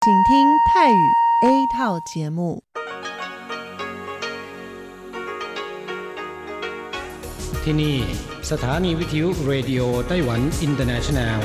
请听泰语 A 套节目。 ที่นี่สถานีวิทยุเรดิโอไต้หวันอินเตอร์เนชั่นแนล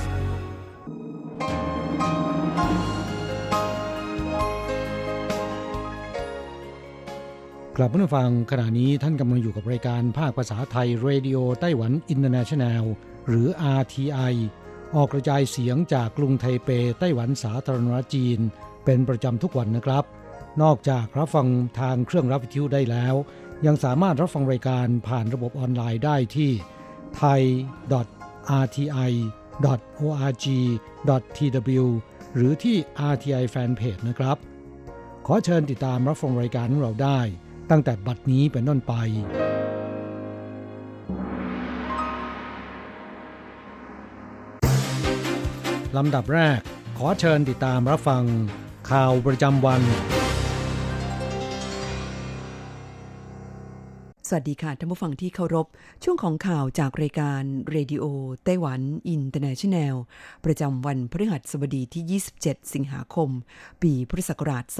กลับมาฟังขณะนี้ท่านกำลังอยู่กับรายการภาคภาษาไทยเรดิโอไต้หวันอินเตอร์เนชั่นแนลหรือ RTI ออกกระจายเสียงจากกรุงไทเปไต้หวันสาธารณรัฐจีนเป็นประจำทุกวันนะครับนอกจากรับฟังทางเครื่องรับวิทยุได้แล้วยังสามารถรับฟังรายการผ่านระบบออนไลน์ได้ที่ thai.rti.org.tw หรือที่ RTI Fanpage นะครับขอเชิญติดตามรับฟังรายการของเราได้ตั้งแต่บัดนี้เป็นต้นไปลำดับแรกขอเชิญติดตามรับฟังข่าวประจำวันสวัสดีค่ะท่านผู้ฟังที่เคารพช่วงของข่าวจากรายการเรดิโอไต้หวันอินเตอร์เนชั่นแนลประจำวันพฤหัสบดีที่27สิงหาคมปีพุทธศักราช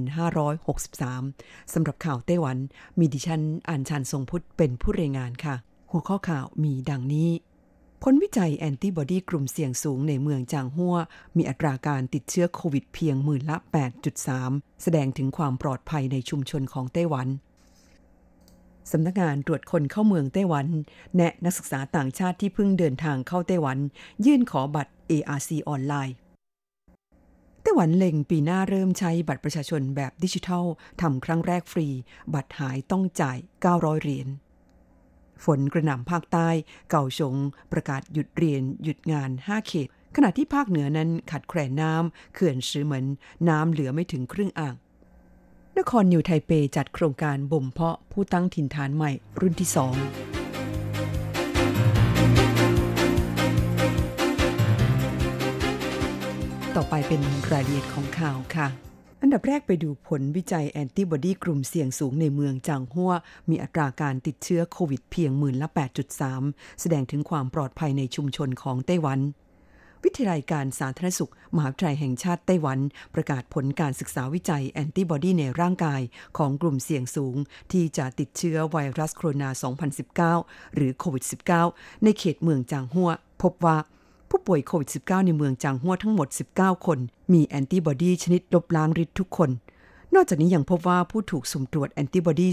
2563สำหรับข่าวไต้หวันมีดิฉันอัญชันทรงพุทธเป็นผู้รายงานค่ะหัวข้อข่าวมีดังนี้ผลวิจัยแอนติบอดีกลุ่มเสี่ยงสูงในเมืองจางฮั่วมีอัตราการติดเชื้อโควิดเพียง10,000 ละ 8.3 แสดงถึงความปลอดภัยในชุมชนของไต้หวันสำนักงานตรวจคนเข้าเมืองไต้หวันแนะนักศึกษาต่างชาติที่เพิ่งเดินทางเข้าไต้หวันยื่นขอบัตร ARC ออนไลน์ไต้หวันเล็งปีหน้าเริ่มใช้บัตรประชาชนแบบดิจิทัลทำครั้งแรกฟรีบัตรหายต้องจ่าย900เหรียญฝนกระหน่ำภาคใต้เก่าฉงประกาศหยุดเรียนหยุดงาน5เขตขณะที่ภาคเหนือนั้นขาดแคลนน้ำเขื่อนซื้อเหมือนน้ำเหลือไม่ถึงครึ่งอ่างนครนิวไทเปจัดโครงการบ่มเพาะผู้ตั้งถิ่นฐานใหม่รุ่นที่2ต่อไปเป็นรายละเอียดของข่าวค่ะอันดับแรกไปดูผลวิจัยแอนติบอดีกลุ่มเสี่ยงสูงในเมืองจางฮั่วมีอัตราการติดเชื้อโควิดเพียง10,000 ละ 8.3 แสดงถึงความปลอดภัยในชุมชนของไต้หวันวิทยาลัยการสาธารณสุขมหาวิทยาลัยแห่งชาติไต้หวันประกาศผลการศึกษาวิจัยแอนติบอดีในร่างกายของกลุ่มเสี่ยงสูงที่จะติดเชื้อไวรัสโคโรนา 2019 หรือโควิด -19 ในเขตเมืองจางฮั่วพบว่าผู้ป่วยโควิด -19 ในเมืองจางฮั่วทั้งหมด19คนมีแอนติบอดีชนิดลบล้างฤทธิ์ทุกคนนอกจากนี้ยังพบว่าผู้ถูกสุ่มตรวจแอนติบอดี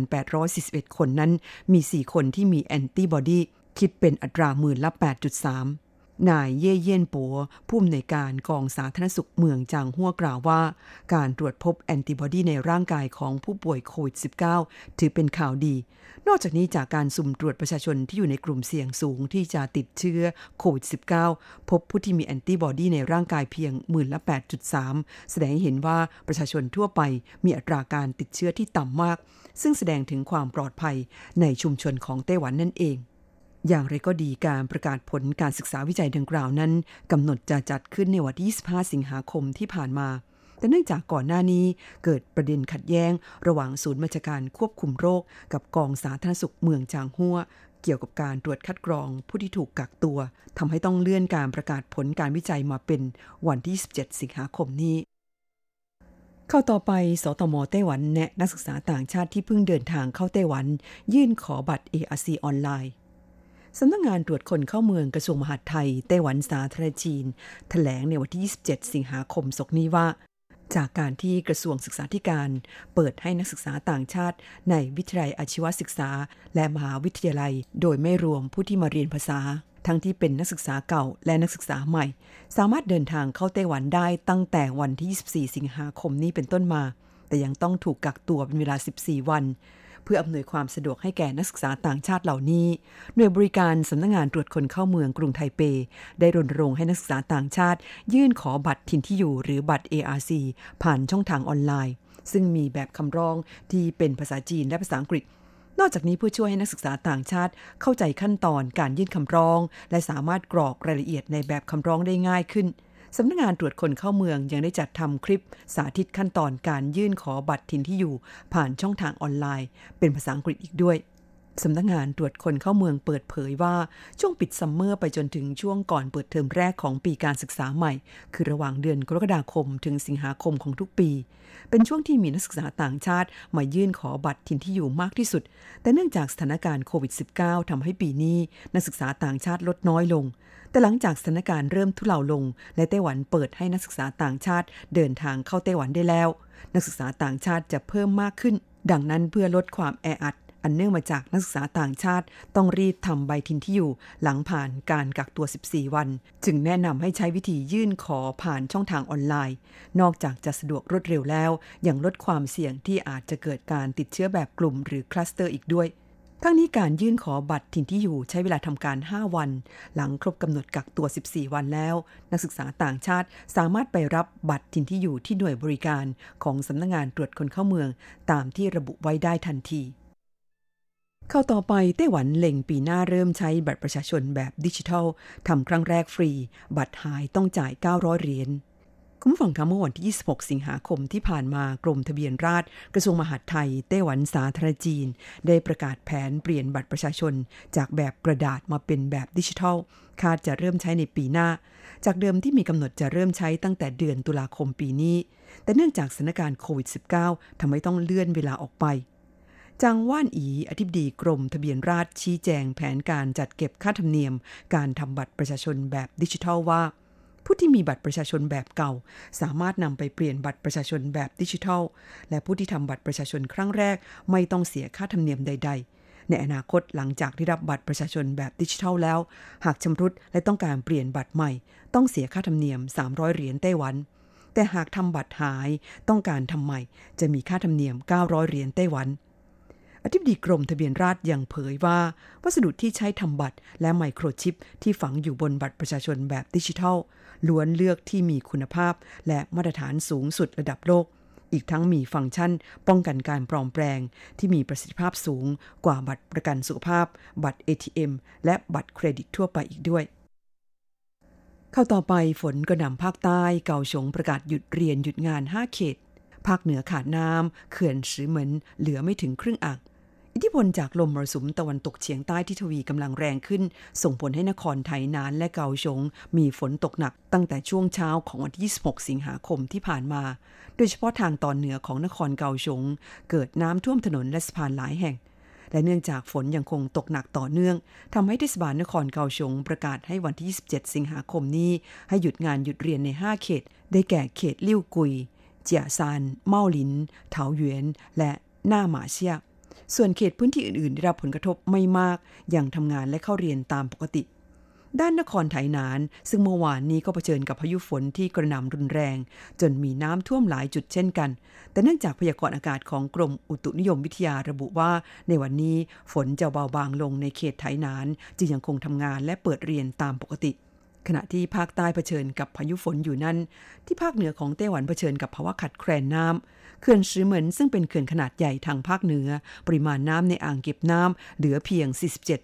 4,841 คนนั้นมี4คนที่มีแอนติบอดีคิดเป็นอัตรา10,000 ละ 8.3นายเย่เยี่ยนปัวผู้อำนวยการกองสาธารณสุขเมืองจางฮั่วกล่าวว่าการตรวจพบแอนติบอดีในร่างกายของผู้ป่วยโควิด -19 ถือเป็นข่าวดีนอกจากนี้จากการสุ่มตรวจประชาชนที่อยู่ในกลุ่มเสี่ยงสูงที่จะติดเชื้อโควิด -19 พบผู้ที่มีแอนติบอดีในร่างกายเพียง10,000 ละ 8.3 แสดงให้เห็นว่าประชาชนทั่วไปมีอัตราการติดเชื้อที่ต่ำมากซึ่งแสดงถึงความปลอดภัยในชุมชนของไต้หวันนั่นเองอย่างไรก็ดีการประกาศผลการศึกษาวิจัยดังกล่าวนั้นกำหนดจะจัดขึ้นในวันที่25สิงหาคมที่ผ่านมาแต่เนื่องจากก่อนหน้านี้เกิดประเด็นขัดแย้งระหว่างศูนย์บัญชาการควบคุมโรคกับกองสาธารณสุขเมืองจางฮั่วเกี่ยวกับการตรวจคัดกรองผู้ที่ถูกกักตัวทำให้ต้องเลื่อนการประกาศผลการวิจัยมาเป็นวันที่17สิงหาคมนี้เข้าต่อไปสตม.ไต้หวันแนะนักศึกษาต่างชาติที่เพิ่งเดินทางเข้าไต้หวันยื่นขอบัตร ARC ออนไลน์สำนักงานตรวจคนเข้าเมืองกระทรวงมหาดไทยไต้หวันสาธารณจีนแถลงในวันที่27สิงหาคมศกนี้ว่าจากการที่กระทรวงศึกษาธิการเปิดให้นักศึกษาต่างชาติในวิทยาลัยอาชีวศึกษาและมหาวิทยาลัยโดยไม่รวมผู้ที่มาเรียนภาษาทั้งที่เป็นนักศึกษาเก่าและนักศึกษาใหม่สามารถเดินทางเข้าไต้หวันได้ตั้งแต่วันที่24สิงหาคมนี้เป็นต้นมาแต่ยังต้องถูกกักตัวเป็นเวลา14วันเพื่ออำนวยความสะดวกให้แก่นักศึกษาต่างชาติเหล่านี้หน่วยบริการสำนักงานตรวจคนเข้าเมืองกรุงไทเปได้รณรงค์ให้นักศึกษาต่างชาติยื่นขอบัตรถิ่นที่อยู่หรือบัตร ARC ผ่านช่องทางออนไลน์ซึ่งมีแบบคำร้องที่เป็นภาษาจีนและภาษาอังกฤษนอกจากนี้เพื่อช่วยให้นักศึกษาต่างชาติเข้าใจขั้นตอนการยื่นคำร้องและสามารถกรอกรายละเอียดในแบบคำร้องได้ง่ายขึ้นสำนักงานตรวจคนเข้าเมืองยังได้จัดทำคลิปสาธิตขั้นตอนการยื่นขอบัตรถิ่นที่อยู่ผ่านช่องทางออนไลน์เป็นภาษาอังกฤษอีกด้วยสำนักงานตรวจคนเข้าเมืองเปิดเผยว่าช่วงปิดซัมเมอร์ไปจนถึงช่วงก่อนเปิดเทอมแรกของปีการศึกษาใหม่คือระหว่างเดือนกรกฎาคมถึงสิงหาคมของทุกปีเป็นช่วงที่มีนักศึกษาต่างชาติมายื่นขอบัตรถิ่นที่อยู่มากที่สุดแต่เนื่องจากสถานการณ์โควิด -19 ทำให้ปีนี้นักศึกษาต่างชาติลดน้อยลงแต่หลังจากสถานการณ์เริ่มทุเลาลงและไต้หวันเปิดให้นักศึกษาต่างชาติเดินทางเข้าไต้หวันได้แล้วนักศึกษาต่างชาติจะเพิ่มมากขึ้นดังนั้นเพื่อลดความแออัดอันเนื่องมาจากนักศึกษาต่างชาติต้องรีบทำใบถิ่นที่อยู่หลังผ่านการกักตัว14วันจึงแนะนำให้ใช้วิธียื่นขอผ่านช่องทางออนไลน์นอกจากจะสะดวกรวดเร็วแล้วยังลดความเสี่ยงที่อาจจะเกิดการติดเชื้อแบบกลุ่มหรือคลัสเตอร์อีกด้วยทั้งนี้การยื่นขอบัตรถิ่นที่อยู่ใช้เวลาทำการ5วันหลังครบกำหนดกักตัว14วันแล้วนักศึกษาต่างชาติสามารถไปรับบัตรถิ่นที่อยู่ที่หน่วยบริการของสำนักงานตรวจคนเข้าเมืองตามที่ระบุไว้ได้ทันทีเข้าต่อไปไต้หวันเล็งปีหน้าเริ่มใช้บัตรประชาชนแบบดิจิทัลทำครั้งแรกฟรีบัตรหายต้องจ่าย900เหรียญคุณผู้ฟังคะเมื่อวันที่26สิงหาคมที่ผ่านมากรมทะเบียนราษฎร์กระทรวงมหาดไทยไต้หวันสาธารณจีนได้ประกาศแผนเปลี่ยนบัตรประชาชนจากแบบกระดาษมาเป็นแบบดิจิทัลคาดจะเริ่มใช้ในปีหน้าจากเดิมที่มีกำหนดจะเริ่มใช้ตั้งแต่เดือนตุลาคมปีนี้แต่เนื่องจากสถานการณ์โควิด -19 ทำให้ต้องเลื่อนเวลาออกไปจางว่านอีอธิบดีกรมทะเบียนราษฎร์ชี้แจงแผนการจัดเก็บค่าธรรมเนียมการทำบัตรประชาชนแบบดิจิทัลว่าผู้ที่มีบัตรประชาชนแบบเก่าสามารถนำไปเปลี่ยนบัตรประชาชนแบบดิจิทัลและผู้ที่ทำบัตรประชาชนครั้งแรกไม่ต้องเสียค่าธรรมเนียมใดๆในอนาคตหลังจากได้รับบัตรประชาชนแบบดิจิทัลแล้วหากชำรุดและต้องการเปลี่ยนบัตรใหม่ต้องเสียค่าธรรมเนียม300เหรียญไต้หวันแต่หากทำบัตรหายต้องการทำใหม่จะมีค่าธรรมเนียม900เหรียญไต้หวันอธิบดีกรมทะเบียนราษฎร์ยังเผยว่าวัสดุที่ใช้ทำบัตรและไมโครชิปที่ฝังอยู่บนบัตรประชาชนแบบดิจิทัลล้วนเลือกที่มีคุณภาพและมาตรฐานสูงสุดระดับโลกอีกทั้งมีฟังก์ชันป้องกันการปลอมแปลงที่มีประสิทธิภาพสูงกว่าบัตรประกันสุขภาพบัตร ATM และบัตรเครดิตทั่วไปอีกด้วยเข้าต่อไปฝนกระหน่ำภาคใต้เกาฉงประกาศหยุดเรียนหยุดงาน5เขตภาคเหนือขาดน้ำเขื่อนสือเหมินเหลือไม่ถึงครึ่งอ่างอิทธิพลจากลมมรสุมตะวันตกเฉียงใต้ที่ทวีกำลังแรงขึ้นส่งผลให้นครไถหนานและเกาฉงมีฝนตกหนักตั้งแต่ช่วงเช้าของวันที่26สิงหาคมที่ผ่านมาโดยเฉพาะทางตอนเหนือของนครเกาฉงเกิดน้ำท่วมถนนและสะพานหลายแห่งและเนื่องจากฝนยังคงตกหนักต่อเนื่องทำให้เทศบาลนครเกาฉงประกาศให้วันที่27สิงหาคมนี้ให้หยุดงานหยุดเรียนใน5เขตได้แก่เขตลิ่วกุยเจียซานเม่าหลินเถาหยวนและหน้าหมาเซียส่วนเขตพื้นที่อื่นๆได้รับผลกระทบไม่มากยังทำงานและเข้าเรียนตามปกติด้านนครไถหนานซึ่งเมื่อวานนี้ก็เผชิญกับพายุฝนที่กระหน่ำรุนแรงจนมีน้ำท่วมหลายจุดเช่นกันแต่เนื่องจากพยากรณ์อากาศของกรมอุตุนิยมวิทยาระบุว่าในวันนี้ฝนจะเบาบางลงในเขตไถหนานจึงยังคงทำงานและเปิดเรียนตามปกติขณะที่ภาคใต้เผชิญกับพายุฝนอยู่นั้นที่ภาคเหนือของไต้หวันเผชิญกับภาวะขาดแคลนน้ำเขื่อนซือเหมินซึ่งเป็นเขื่อนขนาดใหญ่ทางภาคเหนือปริมาณน้ำในอ่างเก็บน้ำเหลือเพียง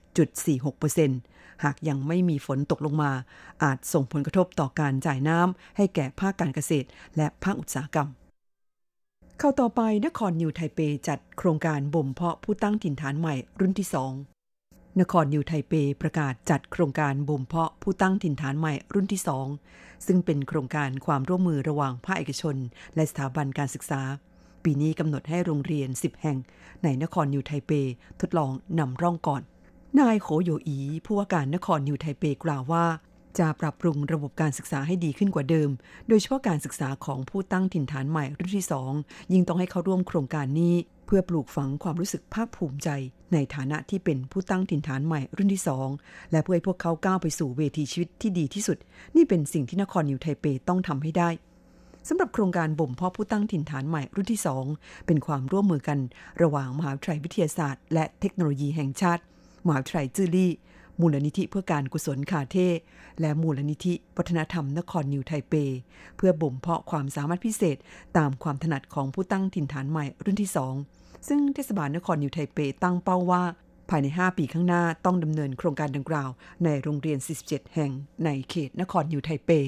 47.46% หากยังไม่มีฝนตกลงมาอาจส่งผลกระทบต่อการจ่ายน้ำให้แก่ภาคการเกษตรและภาคอุตสาหกรรมเข้าต่อไปนครนิวไทเปจัดโครงการบ่มเพาะผู้ตั้งถิ่นฐานใหม่รุ่นที่2นครนิวไทเปประกาศจัดโครงการบ่มเพาะผู้ตั้งถิ่นฐานใหม่รุ่นที่2ซึ่งเป็นโครงการความร่วมมือระหว่างภาคเอกชนและสถาบันการศึกษาปีนี้กำหนดให้โรงเรียน10แห่งในนครนิวไทเปทดลองนำร่องก่อนนายโขโยอีผู้ว่าการนครนิวไทเปกล่าวว่าจะปรับปรุงระบบการศึกษาให้ดีขึ้นกว่าเดิมโดยเฉพาะการศึกษาของผู้ตั้งถิ่นฐานใหม่รุ่นที่2ยิ่งต้องให้เข้าร่วมโครงการนี้เพื่อปลูกฝังความรู้สึกภาคภูมิใจในฐานะที่เป็นผู้ตั้งถิ่นฐานใหม่รุ่นที่2และเพื่อให้พวกเขาก้าวไปสู่เวทีชีวิตที่ดีที่สุดนี่เป็นสิ่งที่นครนิวไทเปต้องทำให้ได้สำหรับโครงการบ่มเพาะผู้ตั้งถิ่นฐานใหม่รุ่นที่2เป็นความร่วมมือกันระหว่างมหาวิทยาลัยวิทยาศาสตร์และเทคโนโลยีแห่งชาติมหาวิทยาลัยจื่อลี่มูลนิธิเพื่อการกุศลคาเท่และมูลนิธิวัฒนธรรมนครนิวไทเปเพื่อบ่มเพาะความสามารถพิเศษตามความถนัดของผู้ตั้งถิ่นฐานใหม่รุ่นที่2ซึ่งเทศบาลนครนิวไทเปตั้งเป้าว่าภายใน5ปีข้างหน้าต้องดำเนินโครงการดังกล่าวในโรงเรียน47แห่งในเขตนครนิวไทเป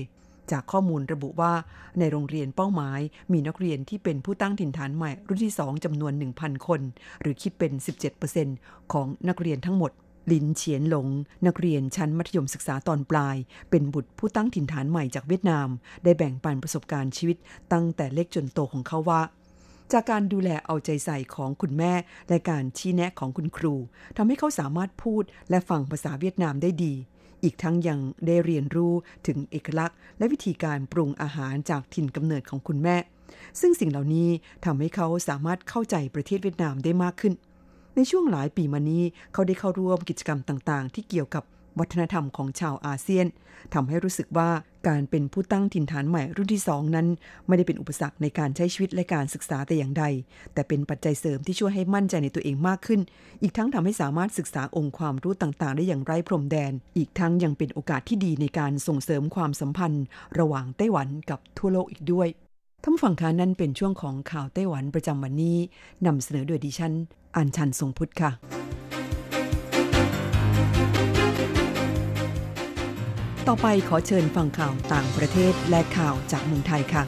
จากข้อมูลระบุว่าในโรงเรียนเป้าหมายมีนักเรียนที่เป็นผู้ตั้งถิ่นฐานใหม่รุ่นที่ 2 จำนวน 1,000 คนหรือคิดเป็น 17% ของนักเรียนทั้งหมดลินเฉียนหลงนักเรียนชั้นมัธยมศึกษาตอนปลายเป็นบุตรผู้ตั้งถิ่นฐานใหม่จากเวียดนามได้แบ่งปันประสบการณ์ชีวิตตั้งแต่เล็กจนโตของเขาว่าจากการดูแลเอาใจใส่ของคุณแม่และการชี้แนะของคุณครูทำให้เขาสามารถพูดและฟังภาษาเวียดนามได้ดีอีกทั้งยังได้เรียนรู้ถึงเอกลักษณ์และวิธีการปรุงอาหารจากถิ่นกำเนิดของคุณแม่ซึ่งสิ่งเหล่านี้ทำให้เขาสามารถเข้าใจประเทศเวียดนามได้มากขึ้นในช่วงหลายปีมานี้เขาได้เข้าร่วมกิจกรรมต่างๆที่เกี่ยวกับวัฒนธรรมของชาวอาเซียนทำให้รู้สึกว่าการเป็นผู้ตั้งถิ่นฐานใหม่รุ่นที่ 2 นั้นไม่ได้เป็นอุปสรรคในการใช้ชีวิตและการศึกษาแต่อย่างใดแต่เป็นปัจจัยเสริมที่ช่วยให้มั่นใจในตัวเองมากขึ้นอีกทั้งทำให้สามารถศึกษาองค์ความรู้ต่างๆได้อย่างไร้พรมแดนอีกทั้งยังเป็นโอกาสที่ดีในการส่งเสริมความสัมพันธ์ระหว่างไต้หวันกับทั่วโลกอีกด้วยท่านผู้ฟังคะนั่นเป็นช่วงของข่าวไต้หวันประจำวันนี้นำเสนอโดยดิฉันอัญชันทรงพุทธค่ะต่อไปขอเชิญฟังข่าวต่างประเทศและข่าวจากเมืองไทยค่ะ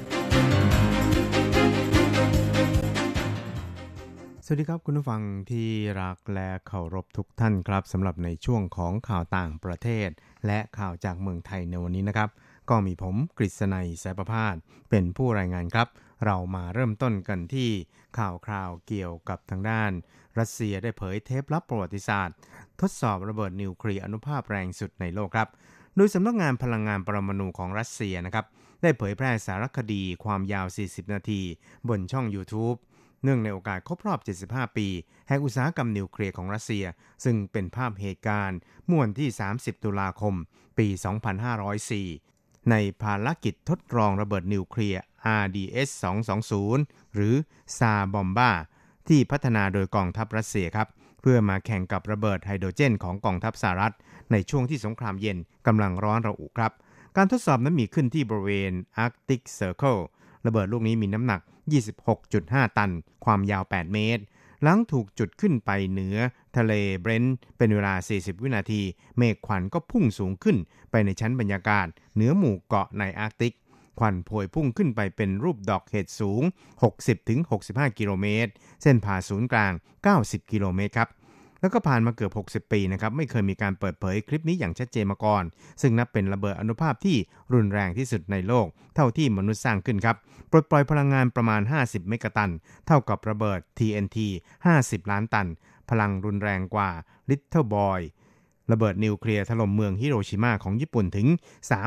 สวัสดีครับคุณผู้ฟังที่รักและเคารพทุกท่านครับสำหรับในช่วงของข่าวต่างประเทศและข่าวจากเมืองไทยในวันนี้นะครับก็มีผมกฤษณัยสายประภาสเป็นผู้รายงานครับเรามาเริ่มต้นกันที่ข่าวคราวเกี่ยวกับทางด้านรัสเซียได้เผยเทปลับประวัติศาสตร์ทดสอบระเบิดนิวเคลียร์อนุภาพแรงสุดในโลกครับโดยสำนักงานพลังงานปรมาณูของรัสเซียนะครับได้เผยแพร่สารคดีความยาว40นาทีบนช่อง YouTube เนื่องในโอกาสครบรอบ75ปีแห่งอุตสาหกรรมนิวเคลียร์ของรัสเซียซึ่งเป็นภาพเหตุการณ์เมื่อวันที่30ตุลาคมปี2504ในภารกิจทดลองระเบิดนิวเคลียร์ RDS-220 หรือซาบอมบ้าที่พัฒนาโดยกองทัพรัสเซียครับเพื่อมาแข่งกับระเบิดไฮโดรเจนของกองทัพสหรัฐในช่วงที่สงครามเย็นกำลังร้อนระอุครับการทดสอบนั้นมีขึ้นที่บริเวณ Arctic Circle ระเบิดลูกนี้มีน้ำหนัก 26.5 ตันความยาว8เมตรหลังถูกจุดขึ้นไปเหนือทะเลเบรนท์เป็นเวลา40วินาทีเมฆควันก็พุ่งสูงขึ้นไปในชั้นบรรยากาศเหนือหมู่เกาะในอาร์กติกควันพวยพุ่งขึ้นไปเป็นรูปดอกเห็ดสูง 60-65 กิโลเมตรเส้นผ่าศูนย์กลาง90กิโลเมตรครับแล้วก็ผ่านมาเกือบ60ปีนะครับไม่เคยมีการเปิดเผยคลิปนี้อย่างชัดเจนมาก่อนซึ่งนับเป็นระเบิดอนุภาพที่รุนแรงที่สุดในโลกเท่าที่มนุษย์สร้างขึ้นครับปลดปล่อยพลังงานประมาณ50เมกะตันเท่ากับระเบิด TNT 50ล้านตันพลังรุนแรงกว่า Little Boy ระเบิดนิวเคลียร์ถล่มเมืองฮิโรชิมาของญี่ปุ่นถึง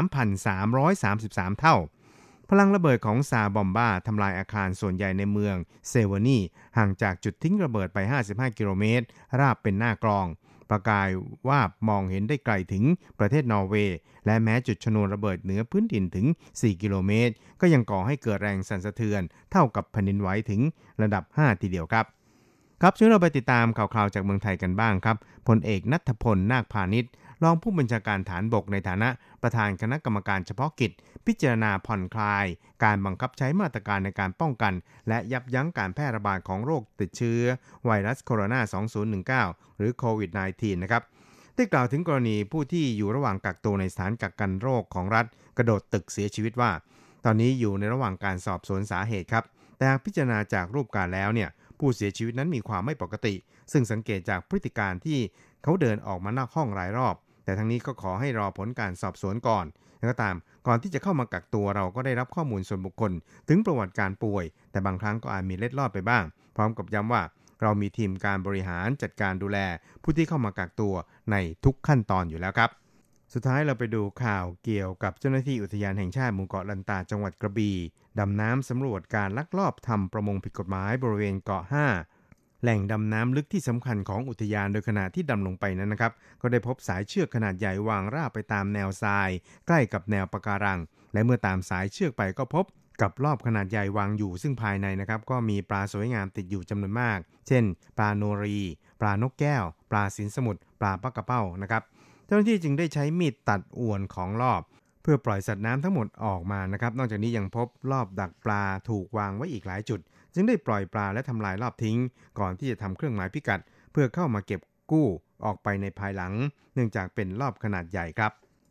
3,333 เท่าพลังระเบิดของซาบอมบ้าทำลายอาคารส่วนใหญ่ในเมืองเซเวนีห่างจากจุดทิ้งระเบิดไป55กิโลเมตรราบเป็นหน้ากลองประกายวาบมองเห็นได้ไกลถึงประเทศนอร์เวย์และแม้จุดชนวนระเบิดเหนือพื้นดินถึง4กิโลเมตรก็ยังก่อให้เกิดแรงสั่นสะเทือนเท่ากับแผ่นดินไหวถึงระดับ5ทีเดียวครับครับช่วยเราไปติดตามข่าวๆจากเมืองไทยกันบ้างครับพลเอกณัฐพลนาคพาณิชย์รองผู้บัญชาการฐานบกในฐานะประธานคณะกรรมการเฉพาะกิจพิจารณาผ่อนคลายการบังคับใช้มาตรการในการป้องกันและยับยั้งการแพร่ระบาดของโรคติดเชื้อไวรัสโคโรนา2019หรือโควิด -19 นะครับได้กล่าวถึงกรณีผู้ที่อยู่ระหว่างกักตัวในสถานกักกันโรคของรัฐกระโดดตึกเสียชีวิตว่าตอนนี้อยู่ในระหว่างการสอบสวนสาเหตุครับแต่หากพิจารณาจากรูปการแล้วเนี่ยผู้เสียชีวิตนั้นมีความไม่ปกติซึ่งสังเกตจากพฤติการที่เขาเดินออกมานอกห้องหลายรอบแต่ทั้งนี้ก็ขอให้รอผลการสอบสวนก่อนแล้วก็ตามก่อนที่จะเข้ามากักตัวเราก็ได้รับข้อมูลส่วนบุคคลถึงประวัติการป่วยแต่บางครั้งก็อาจมีเล็ดลอดไปบ้างพร้อมกับย้ำว่าเรามีทีมการบริหารจัดการดูแลผู้ที่เข้ามากักตัวในทุกขั้นตอนอยู่แล้วครับสุดท้ายเราไปดูข่าวเกี่ยวกับเจ้าหน้าที่อุทยานแห่งชาติหมู่เกาะลันตาจังหวัดกระบี่ดำน้ำสำรวจการลักลอบทำประมงผิดกฎหมายบริเวณเกาะ5แหล่งดำน้ำลึกที่สำคัญของอุทยานโดยขณะที่ดำลงไปนั้นนะครับก็ได้พบสายเชือกขนาดใหญ่วางราบไปตามแนวทรายใกล้กับแนวปะการังและเมื่อตามสายเชือกไปก็พบกับรอบขนาดใหญ่วางอยู่ซึ่งภายในนะครับก็มีปลาสวยงามติดอยู่จำนวนมากเช่นปลาโนรีปลานกแก้วปลาสินสมุทรปลาปักกระเป้านะครับเจ้าหน้าที่จึงได้ใช้มีดตัดอวนของรอบเพื่อปล่อยสัตว์น้ำทั้งหมดออกมานะครับนอกจากนี้ยังพบรอบดักปลาถูกวางไว้อีกหลายจุดจึงได้ปล่อยปลาและทำลายรอบทิ้งก่อนที่จะทำเครื่องหมายพิกัดเพื่อเข้ามาเก็บกู้ออกไปในภายหลังเนื่องจากเป็นรอบขนาดใหญ่ครับ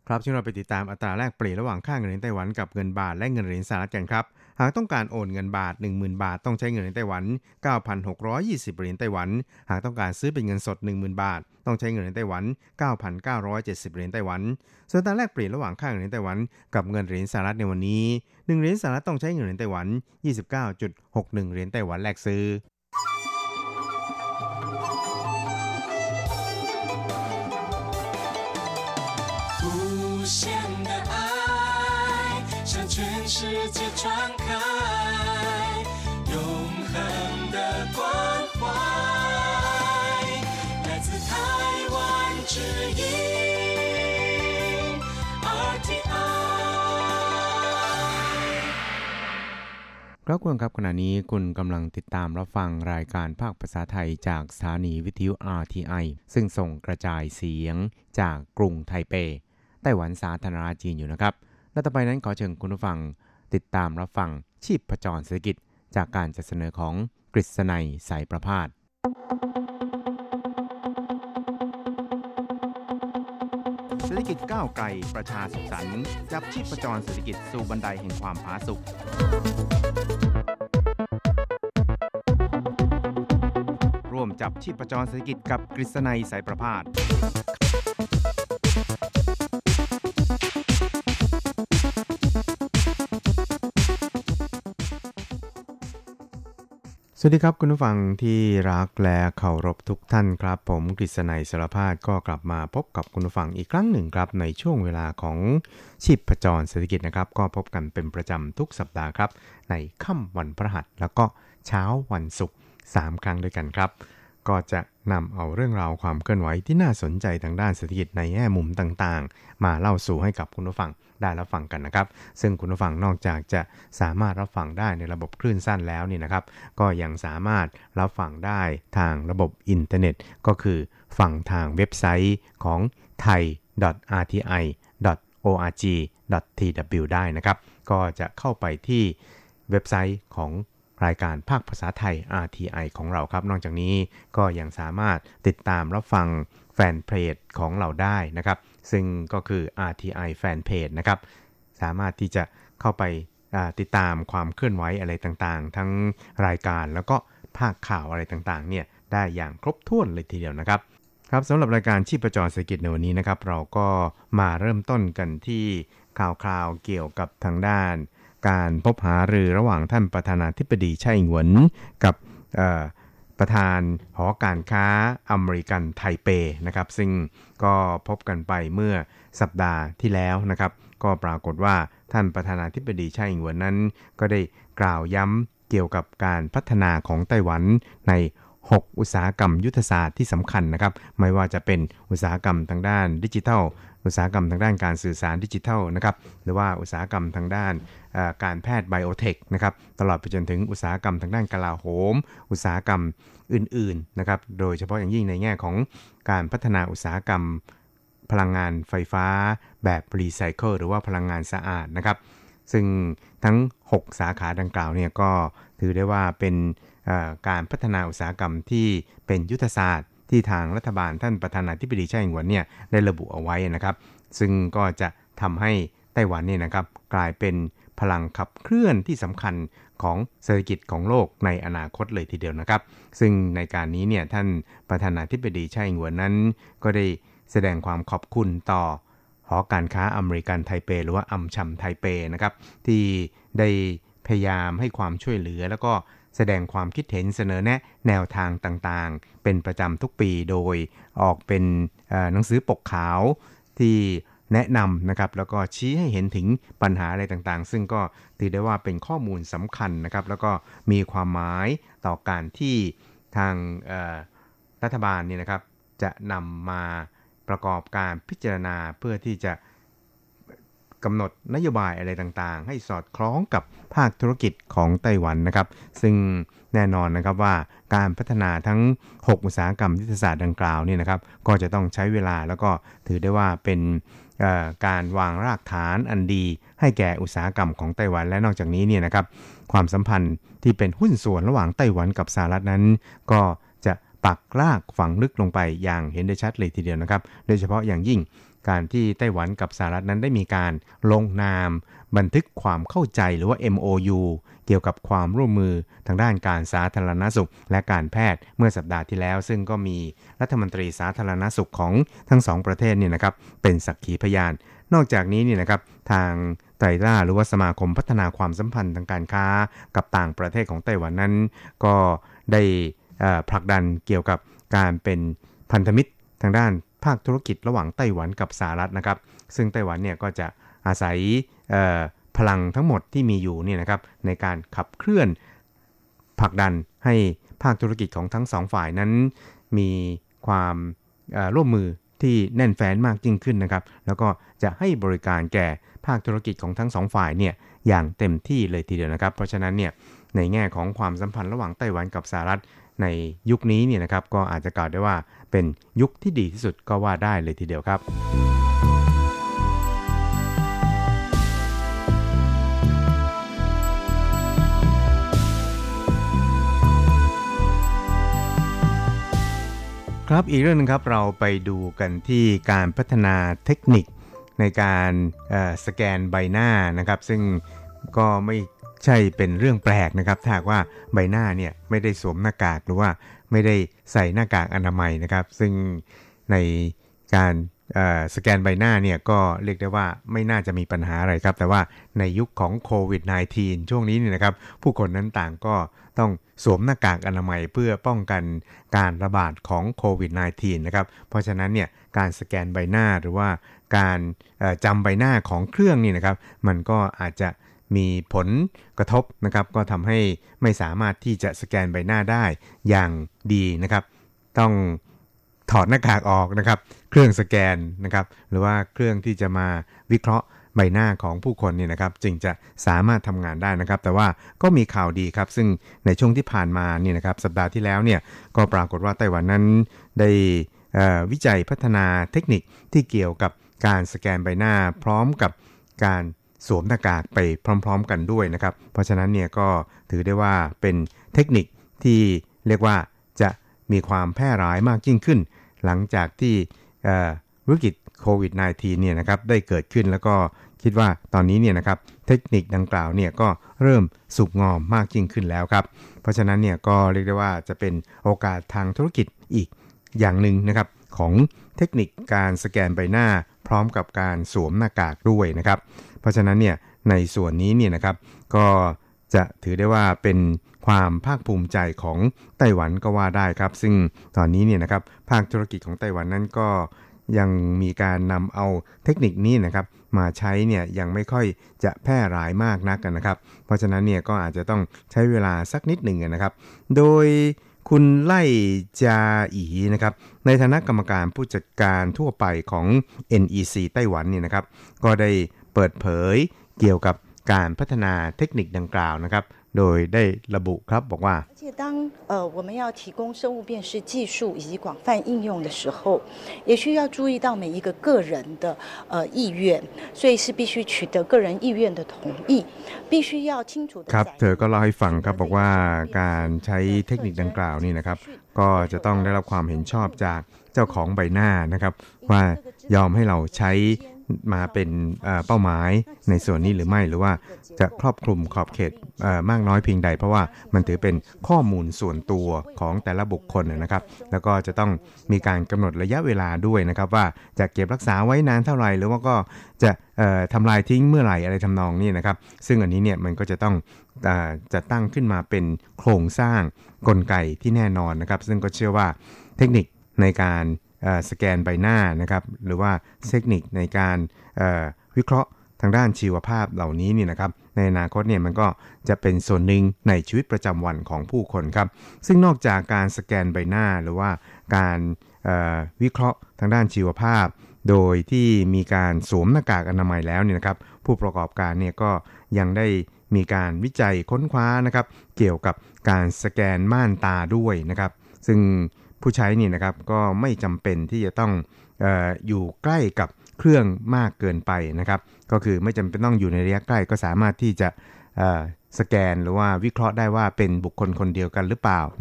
ครับช่วยเราไปติดตามอัตราแลกเปลี่ยนระหว่างค่าเงินเหรียญไต้หวันกับเงินบาทและเงินเหรียญสหรัฐกันครับหากต้องการโอนเงินบาท 10,000 บาทต้องใช้เงินเหรียญไต้หวัน 9,620 เหรียญไต้หวันหากต้องการซื้อเป็นเงินสด 10,000 บาทต้องใช้เงินเหรียญไต้หวัน 9,970 เหรียญไต้หวันส่วนอัตราแลกเปลี่ยนระหว่างค่าเงินเหรียญไต้หวันกับเงินเหรียญสหรัฐในวันนี้1เหรียญสหรัฐต้องใช้เงินเหรียญไต้หวัน 29.61 เหรียญไต้หวันแลกซื้อ全世界传开永恒的关怀来自台湾之音 RTI ครับคุณครับขณะนี้คุณกำลังติดตามรับฟังรายการภาคภาษาไทยจากสถานีวิทยุ RTI ซึ่งส่งกระจายเสียงจากกรุงไทเปไต้หวันสาธารณรัฐจีนอยู่นะครับและต่อไปนั้นขอเชิญคุณผู้ฟังติดตามรับฟังชีพจรเศรษฐกิจจากการจัดเสนอของกฤษณัยสายประภาสเศรษฐกิจก้าวไกลประชาสุขสันต์จับชีพจรเศรษฐกิจสู่บันไดแห่งความผาสุกร่วมจับชีพจรเศรษฐกิจกับกฤษณัยสายประภาสสวัสดีครับคุณผู้ฟังที่รักและเคารพทุกท่านครับผมกฤษณัยสารพาดก็กลับมาพบกับคุณผู้ฟังอีกครั้งหนึ่งครับในช่วงเวลาของชีพจรเศรษฐกิจนะครับก็พบกันเป็นประจำทุกสัปดาห์ครับในค่ำวันพฤหัสแล้วก็เช้าวันศุกร์3ครั้งด้วยกันครับก็จะนำเอาเรื่องราวความเคลื่อนไหวที่น่าสนใจทางด้านเศรษฐกิจในแง่มุมต่างๆมาเล่าสู่ให้กับคุณผู้ฟังได้รับฟังกันนะครับซึ่งคุณผู้ฟังนอกจากจะสามารถรับฟังได้ในระบบคลื่นสั้นแล้วนี่นะครับก็ยังสามารถรับฟังได้ทางระบบอินเทอร์เน็ตก็คือฟังทางเว็บไซต์ของ thai.rti.org.tw ได้นะครับก็จะเข้าไปที่เว็บไซต์ของรายการภาคภาษาไทย RTI ของเราครับนอกจากนี้ก็ยังสามารถติดตามรับฟังแฟนเพจของเราได้นะครับซึ่งก็คือ RTI Fanpage นะครับสามารถที่จะเข้าไปติดตามความเคลื่อนไหวอะไรต่างๆทั้งรายการแล้วก็ภาคข่าวอะไรต่างๆเนี่ยได้อย่างครบถ้วนเลยทีเดียวนะครับครับสำหรับรายการชีพจรเศรษฐกิจในวันนี้นะครับเราก็มาเริ่มต้นกันที่ข่าวเกี่ยวกับทางด้านการพบหารือระหว่างท่านประธานาธิบดีไช่อิงเหวินกับประธานหอการค้าอเมริกันไทเปนะครับซึ่งก็พบกันไปเมื่อสัปดาห์ที่แล้วนะครับก็ปรากฏว่าท่านประธานาธิบดีไช่อิงเหวินนั้นก็ได้กล่าวย้ำเกี่ยวกับการพัฒนาของไต้หวันใน6อุตสาหกรรมยุทธศาสตร์ที่สำคัญนะครับไม่ว่าจะเป็นอุตสาหกรรมทางด้านดิจิทัลอุตสาหกรรมทางด้านการสื่อสารดิจิทัลนะครับหรือว่าอุตสาหกรรมทางด้านการแพทย์ไบโอเทคนะครับตลอดไปจนถึงอุตสาหกรรมทางด้านกลาโหมอุตสาหกรรมอื่นๆนะครับโดยเฉพาะอย่างยิ่งในแง่ของการพัฒนาอุตสาหกรรมพลังงานไฟฟ้าแบบรีไซเคิลหรือว่าพลังงานสะอาดนะครับซึ่งทั้ง6สาขาดังกล่าวเนี่ยก็ถือได้ว่าเป็นการพัฒนาอุตสาหกรรมที่เป็นยุทธศาสตร์ที่ทางรัฐบาลท่านประธานาธิบดีไช่อิงเหวินเนี่ยได้ระบุเอาไว้นะครับซึ่งก็จะทำให้ไต้หวันเนี่ยนะครับกลายเป็นพลังขับเคลื่อนที่สำคัญของเศรษฐกิจของโลกในอนาคตเลยทีเดียวนะครับซึ่งในการนี้เนี่ยท่านประธานาธิบดีไช่อิงเหวินนั้นก็ได้แสดงความขอบคุณต่อหอการค้าอเมริกันไทเปหรือว่าอัมชัมไทเปนะครับที่ได้พยายามให้ความช่วยเหลือแล้วก็แสดงความคิดเห็นเสนอแนะแนวทางต่างๆเป็นประจำทุกปีโดยออกเป็นหนังสือปกขาวที่แนะนำนะครับแล้วก็ชี้ให้เห็นถึงปัญหาอะไรต่างๆซึ่งก็ถือได้ว่าเป็นข้อมูลสำคัญนะครับแล้วก็มีความหมายต่อการที่ทางรัฐบาลเนี่ยนะครับจะนำมาประกอบการพิจารณาเพื่อที่จะกำหนดนโยบายอะไรต่างๆให้สอดคล้องกับภาคธุรกิจของไต้หวันนะครับซึ่งแน่นอนนะครับว่าการพัฒนาทั้ง6อุตสาหกรรมยุทธศาสตร์ดังกล่าวนี่นะครับก็จะต้องใช้เวลาแล้วก็ถือได้ว่าเป็นการวางรากฐานอันดีให้แก่อุตสาหกรรมของไต้หวันและนอกจากนี้เนี่ยนะครับความสัมพันธ์ที่เป็นหุ้นส่วนระหว่างไต้หวันกับสหรัฐนั้นก็จะปักรากฝังลึกลงไปอย่างเห็นได้ชัดเลยทีเดียวนะครับโดยเฉพาะอย่างยิ่งการที่ไต้หวันกับสหรัฐนั้นได้มีการลงนามบันทึกความเข้าใจหรือว่า MOU เกี่ยวกับความร่วมมือทางด้านการสาธารณสุขและการแพทย์เมื่อสัปดาห์ที่แล้วซึ่งก็มีรัฐมนตรีสาธารณสุขของทั้งสองประเทศเนี่ยนะครับเป็นสักขีพยานนอกจากนี้เนี่ยนะครับทางไตรล่าหรือว่าสมาคมพัฒนาความสัมพันธ์ทางการค้ากับต่างประเทศของไต้หวันนั้นก็ได้ผลักดันเกี่ยวกับการเป็นพันธมิตรทางด้านภาคธุรกิจระหว่างไต้หวันกับสหรัฐนะครับซึ่งไต้หวันเนี่ยก็จะอาศัยพลังทั้งหมดที่มีอยู่เนี่ยนะครับในการขับเคลื่อนผลักดันให้ภาคธุรกิจของทั้งสองฝ่ายนั้นมีความร่วมมือที่แน่นแฟ้นมากยิ่งขึ้นนะครับแล้วก็จะให้บริการแก่ภาคธุรกิจของทั้งสองฝ่ายเนี่ยอย่างเต็มที่เลยทีเดียวนะครับเพราะฉะนั้นเนี่ยในแง่ของความสัมพันธ์ระหว่างไต้หวันกับสหรัฐในยุคนี้เนี่ยนะครับก็อาจจะกล่าวได้ว่าเป็นยุคที่ดีที่สุดก็ว่าได้เลยทีเดียวครับครับอีกเรื่องนึงครับเราไปดูกันที่การพัฒนาเทคนิคในการสแกนใบหน้านะครับซึ่งก็ไม่ใช่เป็นเรื่องแปลกนะครับถ้าหากว่าใบหน้าเนี่ยไม่ได้สวมหน้ากากหรือว่าไม่ได้ใส่หน้ากากอนามัยนะครับซึ่งในการสแกนใบหน้าเนี่ยก็เรียกได้ว่าไม่น่าจะมีปัญหาอะไรครับแต่ว่าในยุคของโควิด -19 ช่วงนี้เนี่ยนะครับผู้คนนั้นต่างก็ต้องสวมหน้ากากอนามัยเพื่อป้องกันการระบาดของโควิด -19 นะครับเพราะฉะนั้นเนี่ยการสแกนใบหน้าหรือว่าการจำใบหน้าของเครื่องนี่นะครับมันก็อาจจะมีผลกระทบนะครับก็ทำให้ไม่สามารถที่จะสแกนใบหน้าได้อย่างดีนะครับต้องถอดหน้ากากออกนะครับเครื่องสแกนนะครับหรือว่าเครื่องที่จะมาวิเคราะห์ใบหน้าของผู้คนเนี่ยนะครับจึงจะสามารถทำงานได้นะครับแต่ว่าก็มีข่าวดีครับซึ่งในช่วงที่ผ่านมานี่นะครับสัปดาห์ที่แล้วเนี่ยก็ปรากฏว่าไต้หวันนั้นได้วิจัยพัฒนาเทคนิคที่เกี่ยวกับการสแกนใบหน้าพร้อมกับการสวมหน้ากากไปพร้อมๆกันด้วยนะครับเพราะฉะนั้นเนี่ยก็ถือได้ว่าเป็นเทคนิคที่เรียกว่าจะมีความแพร่หลายมากยิ่งขึ้นหลังจากที่วิกฤตโควิด -19 เนี่ยนะครับได้เกิดขึ้นแล้วก็คิดว่าตอนนี้เนี่ยนะครับเทคนิคดังกล่าวเนี่ยก็เริ่มสุกงอมมากยิ่งขึ้นแล้วครับเพราะฉะนั้นเนี่ยก็เรียกได้ว่าจะเป็นโอกาสทางธุรกิจอีกอย่างหนึ่งนะครับของเทคนิคการสแกนใบหน้าพร้อมกับการสวมหน้ากากด้วยนะครับเพราะฉะนั้นเนี่ยในส่วนนี้เนี่ยนะครับก็จะถือได้ว่าเป็นความภาคภูมิใจของไต้หวันก็ว่าได้ครับซึ่งตอนนี้เนี่ยนะครับภาคธุรกิจของไต้หวันนั้นก็ยังมีการนำเอาเทคนิคนี้นะครับมาใช้เนี่ยยังไม่ค่อยจะแพร่หลายมากนักนะครับเพราะฉะนั้นเนี่ยก็อาจจะต้องใช้เวลาสักนิดหนึ่งนะครับโดยคุณไล่จาอีนะครับในฐานะกรรมการผู้จัดการทั่วไปของ NEC ไต้หวันเนี่ยนะครับก็ได้เปิดเผยเกี่ยวกับการพัฒนาเทคนิคดังกล่าวนะครับโดยได้ระบุครับบอกว่า而且当我们要提供生物辨识技术以及广泛应用的时候，也需要注意到每一个个人的意愿，所以是必须取得个人意愿的同意，必须要清楚的ครับเธอก็เล่าให้ฟังครับบอกว่าการใช้เทคนิคดังกล่าวนี่นะครับก็จะต้องได้รับความเห็นชอบจากเจ้าของใบหน้านะครับว่ายอมให้เราใช้มาเป็นเป้าหมายในส่วนนี้หรือไม่หรือว่าจะครอบคลุมขอบเขตมากน้อยเพียงใดเพราะว่ามันถือเป็นข้อมูลส่วนตัวของแต่ละบุคคลนะครับแล้วก็จะต้องมีการกำหนดระยะเวลาด้วยนะครับว่าจะเก็บรักษาไว้นานเท่าไหร่หรือว่าก็จะทำลายทิ้งเมื่อไหร่อะไรทำนองนี้นะครับซึ่งอันนี้เนี่ยมันก็จะต้องจะตั้งขึ้นมาเป็นโครงสร้างกลไกที่แน่นอนนะครับซึ่งก็เชื่อว่าเทคนิคในการสแกนใบหน้านะครับหรือว่าเทคนิคในการวิเคราะห์ทางด้านชีวภาพเหล่านี้นี่นะครับในอนาคตเนี่ยมันก็จะเป็นส่วนหนึ่งในชีวิตประจำวันของผู้คนครับซึ่งนอกจากการสแกนใบหน้าหรือว่าการวิเคราะห์ทางด้านชีวภาพโดยที่มีการสวมหน้ากากอนามัยแล้วเนี่ยนะครับผู้ประกอบการเนี่ยก็ยังได้มีการวิจัยค้นคว้านะครับเกี่ยวกับการสแกนม่านตาด้วยนะครับซึ่งผู้ใช้นี่นะครับก็ไม่จำเป็นที่จะต้องอยู่ใกล้กับเครื่องมากเกินไปนะครับก็คือไม่จำเป็นต้องอยู่ในระยะใกล้ก็สามารถที่จะสแกนหรือว่าวิเคราะห์ได้ว่าเป็นบุคคลคนเดียวกันหรือเปล่านะครับ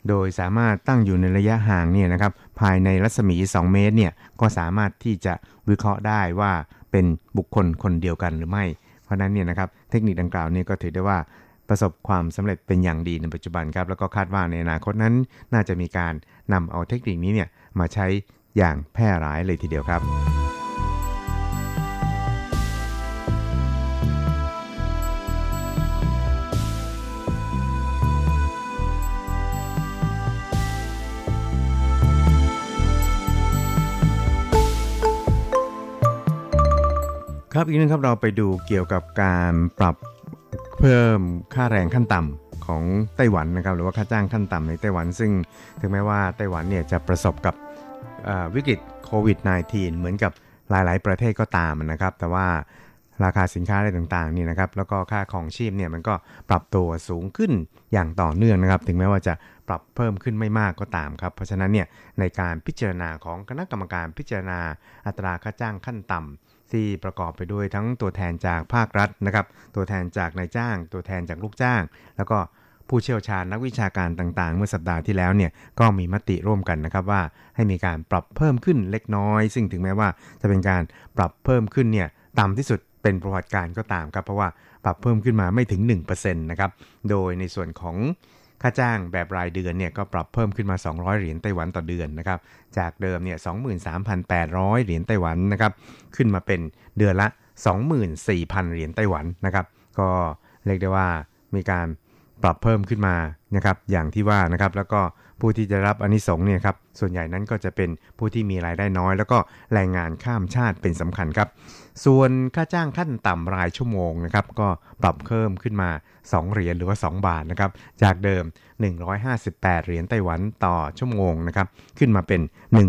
โดยสามารถตั้งอยู่ในระยะห่างเนี่ยนะครับภายในรัศมี2เมตรเนี่ยก็สามารถที่จะวิเคราะห์ได้ว่าเป็นบุคคลคนเดียวกันหรือไม่เพราะนั้นเนี่ยนะครับเทคนิคดังกล่าวนี้ก็ถือได้ว่าประสบความสำเร็จเป็นอย่างดีในปัจจุบันครับแล้วก็คาดว่าในอนาคตนั้นน่าจะมีการนำเอาเทคนิคนี้เนี่ยมาใช้อย่างแพร่หลายเลยทีเดียวครับครับอีกนึงครับเราไปดูเกี่ยวกับการปรับเพิ่มค่าแรงขั้นต่ำของไต้หวันนะครับหรือว่าค่าจ้างขั้นต่ำในไต้หวันซึ่งถึงแม้ว่าไต้หวันเนี่ยจะประสบกับวิกฤตโควิด -19 เหมือนกับหลายๆประเทศก็ตามนะครับแต่ว่าราคาสินค้าอะไรต่างๆนี่นะครับแล้วก็ค่าของชีพเนี่ยมันก็ปรับตัวสูงขึ้นอย่างต่อเนื่องนะครับถึงแม้ว่าจะปรับเพิ่มขึ้นไม่มากก็ตามครับเพราะฉะนั้นเนี่ยในการพิจารณาของคณะกรรมการพิจารณาอัตราค่าจ้างขั้นต่ำที่ประกอบไปด้วยทั้งตัวแทนจากภาครัฐนะครับตัวแทนจากนายจ้างตัวแทนจากลูกจ้างแล้วก็ผู้เชี่ยวชาญนักวิชาการต่างๆเมื่อสัปดาห์ที่แล้วเนี่ยก็มีมติร่วมกันนะครับว่าให้มีการปรับเพิ่มขึ้นเล็กน้อยซึ่งถึงแม้ว่าจะเป็นการปรับเพิ่มขึ้นเนี่ยต่ำที่สุดเป็นประวัติการก็ตามครับเพราะว่าปรับเพิ่มขึ้นมาไม่ถึง 1% นะครับโดยในส่วนของค่าจ้างแบบรายเดือนเนี่ยก็ปรับเพิ่มขึ้นมา200เหรียญไต้หวันต่อเดือนนะครับจากเดิมเนี่ย 23,800 เหรียญไต้หวันนะครับขึ้นมาเป็นเดือนละ 24,000 เหรียญไต้หวันนะครับก็เรียกได้ว่ามีการปรับเพิ่มขึ้นมานะครับอย่างที่ว่านะครับแล้วก็ผู้ที่จะรับอานิสงส์เนี่ยครับส่วนใหญ่นั้นก็จะเป็นผู้ที่มีรายได้น้อยแล้วก็แรงงานข้ามชาติเป็นสำคัญครับส่วนค่าจ้างขั้นต่ำรายชั่วโมงนะครับก็ปรับเพิ่มขึ้นมา2เหรียญหรือว่า2บาทนะครับจากเดิม158เหรียญไต้หวันต่อชั่วโมงนะครับขึ้นมาเป็น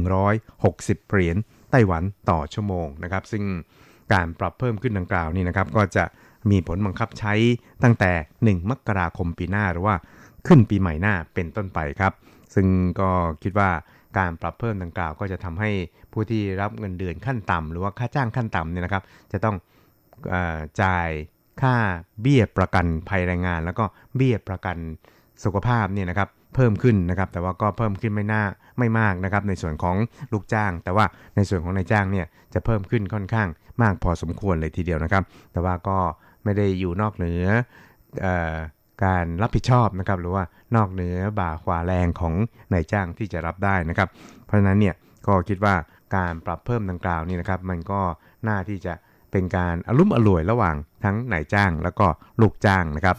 160เหรียญไต้หวันต่อชั่วโมงนะครับซึ่งการปรับเพิ่มขึ้นดังกล่าวนี่นะครับก็จะมีผลบังคับใช้ตั้งแต่1มกราคมปีหน้าหรือว่าขึ้นปีใหม่หน้าเป็นต้นไปครับซึ่งก็คิดว่าการปรับเพิ่มดังกล่าวก็จะทำให้ผู้ที่รับเงินเดือนขั้นต่ำหรือว่าค่าจ้างขั้นต่ำเนี่ยนะครับจะต้องจ่ายค่าเบี้ยประกันภัยแรงงานแล้วก็เบี้ยประกันสุขภาพเนี่ยนะครับเพิ่มขึ้นนะครับแต่ว่าก็เพิ่มขึ้นไม่มากนะครับในส่วนของลูกจ้างแต่ว่าในส่วนของนายจ้างเนี่ยจะเพิ่มขึ้นค่อนข้างมากพอสมควรเลยทีเดียวนะครับแต่ว่าก็ไม่ได้อยู่นอกเหนือการรับผิดชอบนะครับหรือว่านอกเหนือบ่าขวาแรงของนายจ้างที่จะรับได้นะครับเพราะฉะนั้นเนี่ยก็คิดว่าการปรับเพิ่มดังกล่าวนี่นะครับมันก็น่าที่จะเป็นการอลุ่มอล่วยระหว่างทั้งนายจ้างแล้วก็ลูกจ้างนะครับ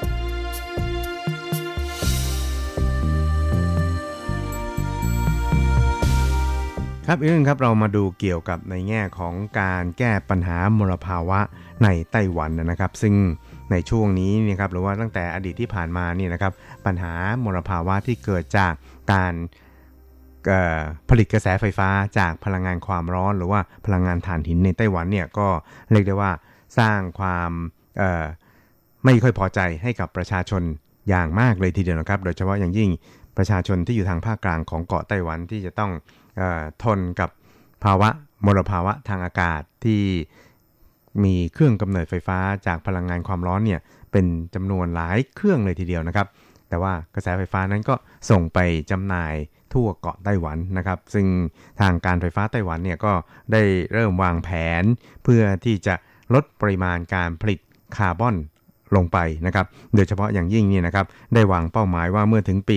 ครับอีกนึงครับเรามาดูเกี่ยวกับในแง่ของการแก้ปัญหามลภาวะในไต้หวันนะครับซึ่งในช่วงนี้นะครับหรือว่าตั้งแต่อดีตที่ผ่านมานี่นะครับปัญหามลภาวะที่เกิดจากการผลิตกระแสไฟฟ้าจากพลังงานความร้อนหรือว่าพลังงานถ่านหินในไต้หวันเนี่ยก็เรียกได้ว่าสร้างความไม่ค่อยพอใจให้กับประชาชนอย่างมากเลยทีเดียวนะครับโดยเฉพาะอย่างยิ่งประชาชนที่อยู่ทางภาคกลางของเกาะไต้หวันที่จะต้องทนกับภาวะมลภาวะทางอากาศที่มีเครื่องกำเนิดไฟฟ้าจากพลังงานความร้อนเนี่ยเป็นจำนวนหลายเครื่องเลยทีเดียวนะครับแต่ว่ากระแสไฟฟ้านั้นก็ส่งไปจำหน่ายทั่วเกาะไต้หวันนะครับซึ่งทางการไฟฟ้าไต้หวันเนี่ยก็ได้เริ่มวางแผนเพื่อที่จะลดปริมาณการผลิตคาร์บอนลงไปนะครับโดยเฉพาะอย่างยิ่งนี่นะครับได้วางเป้าหมายว่าเมื่อถึงปี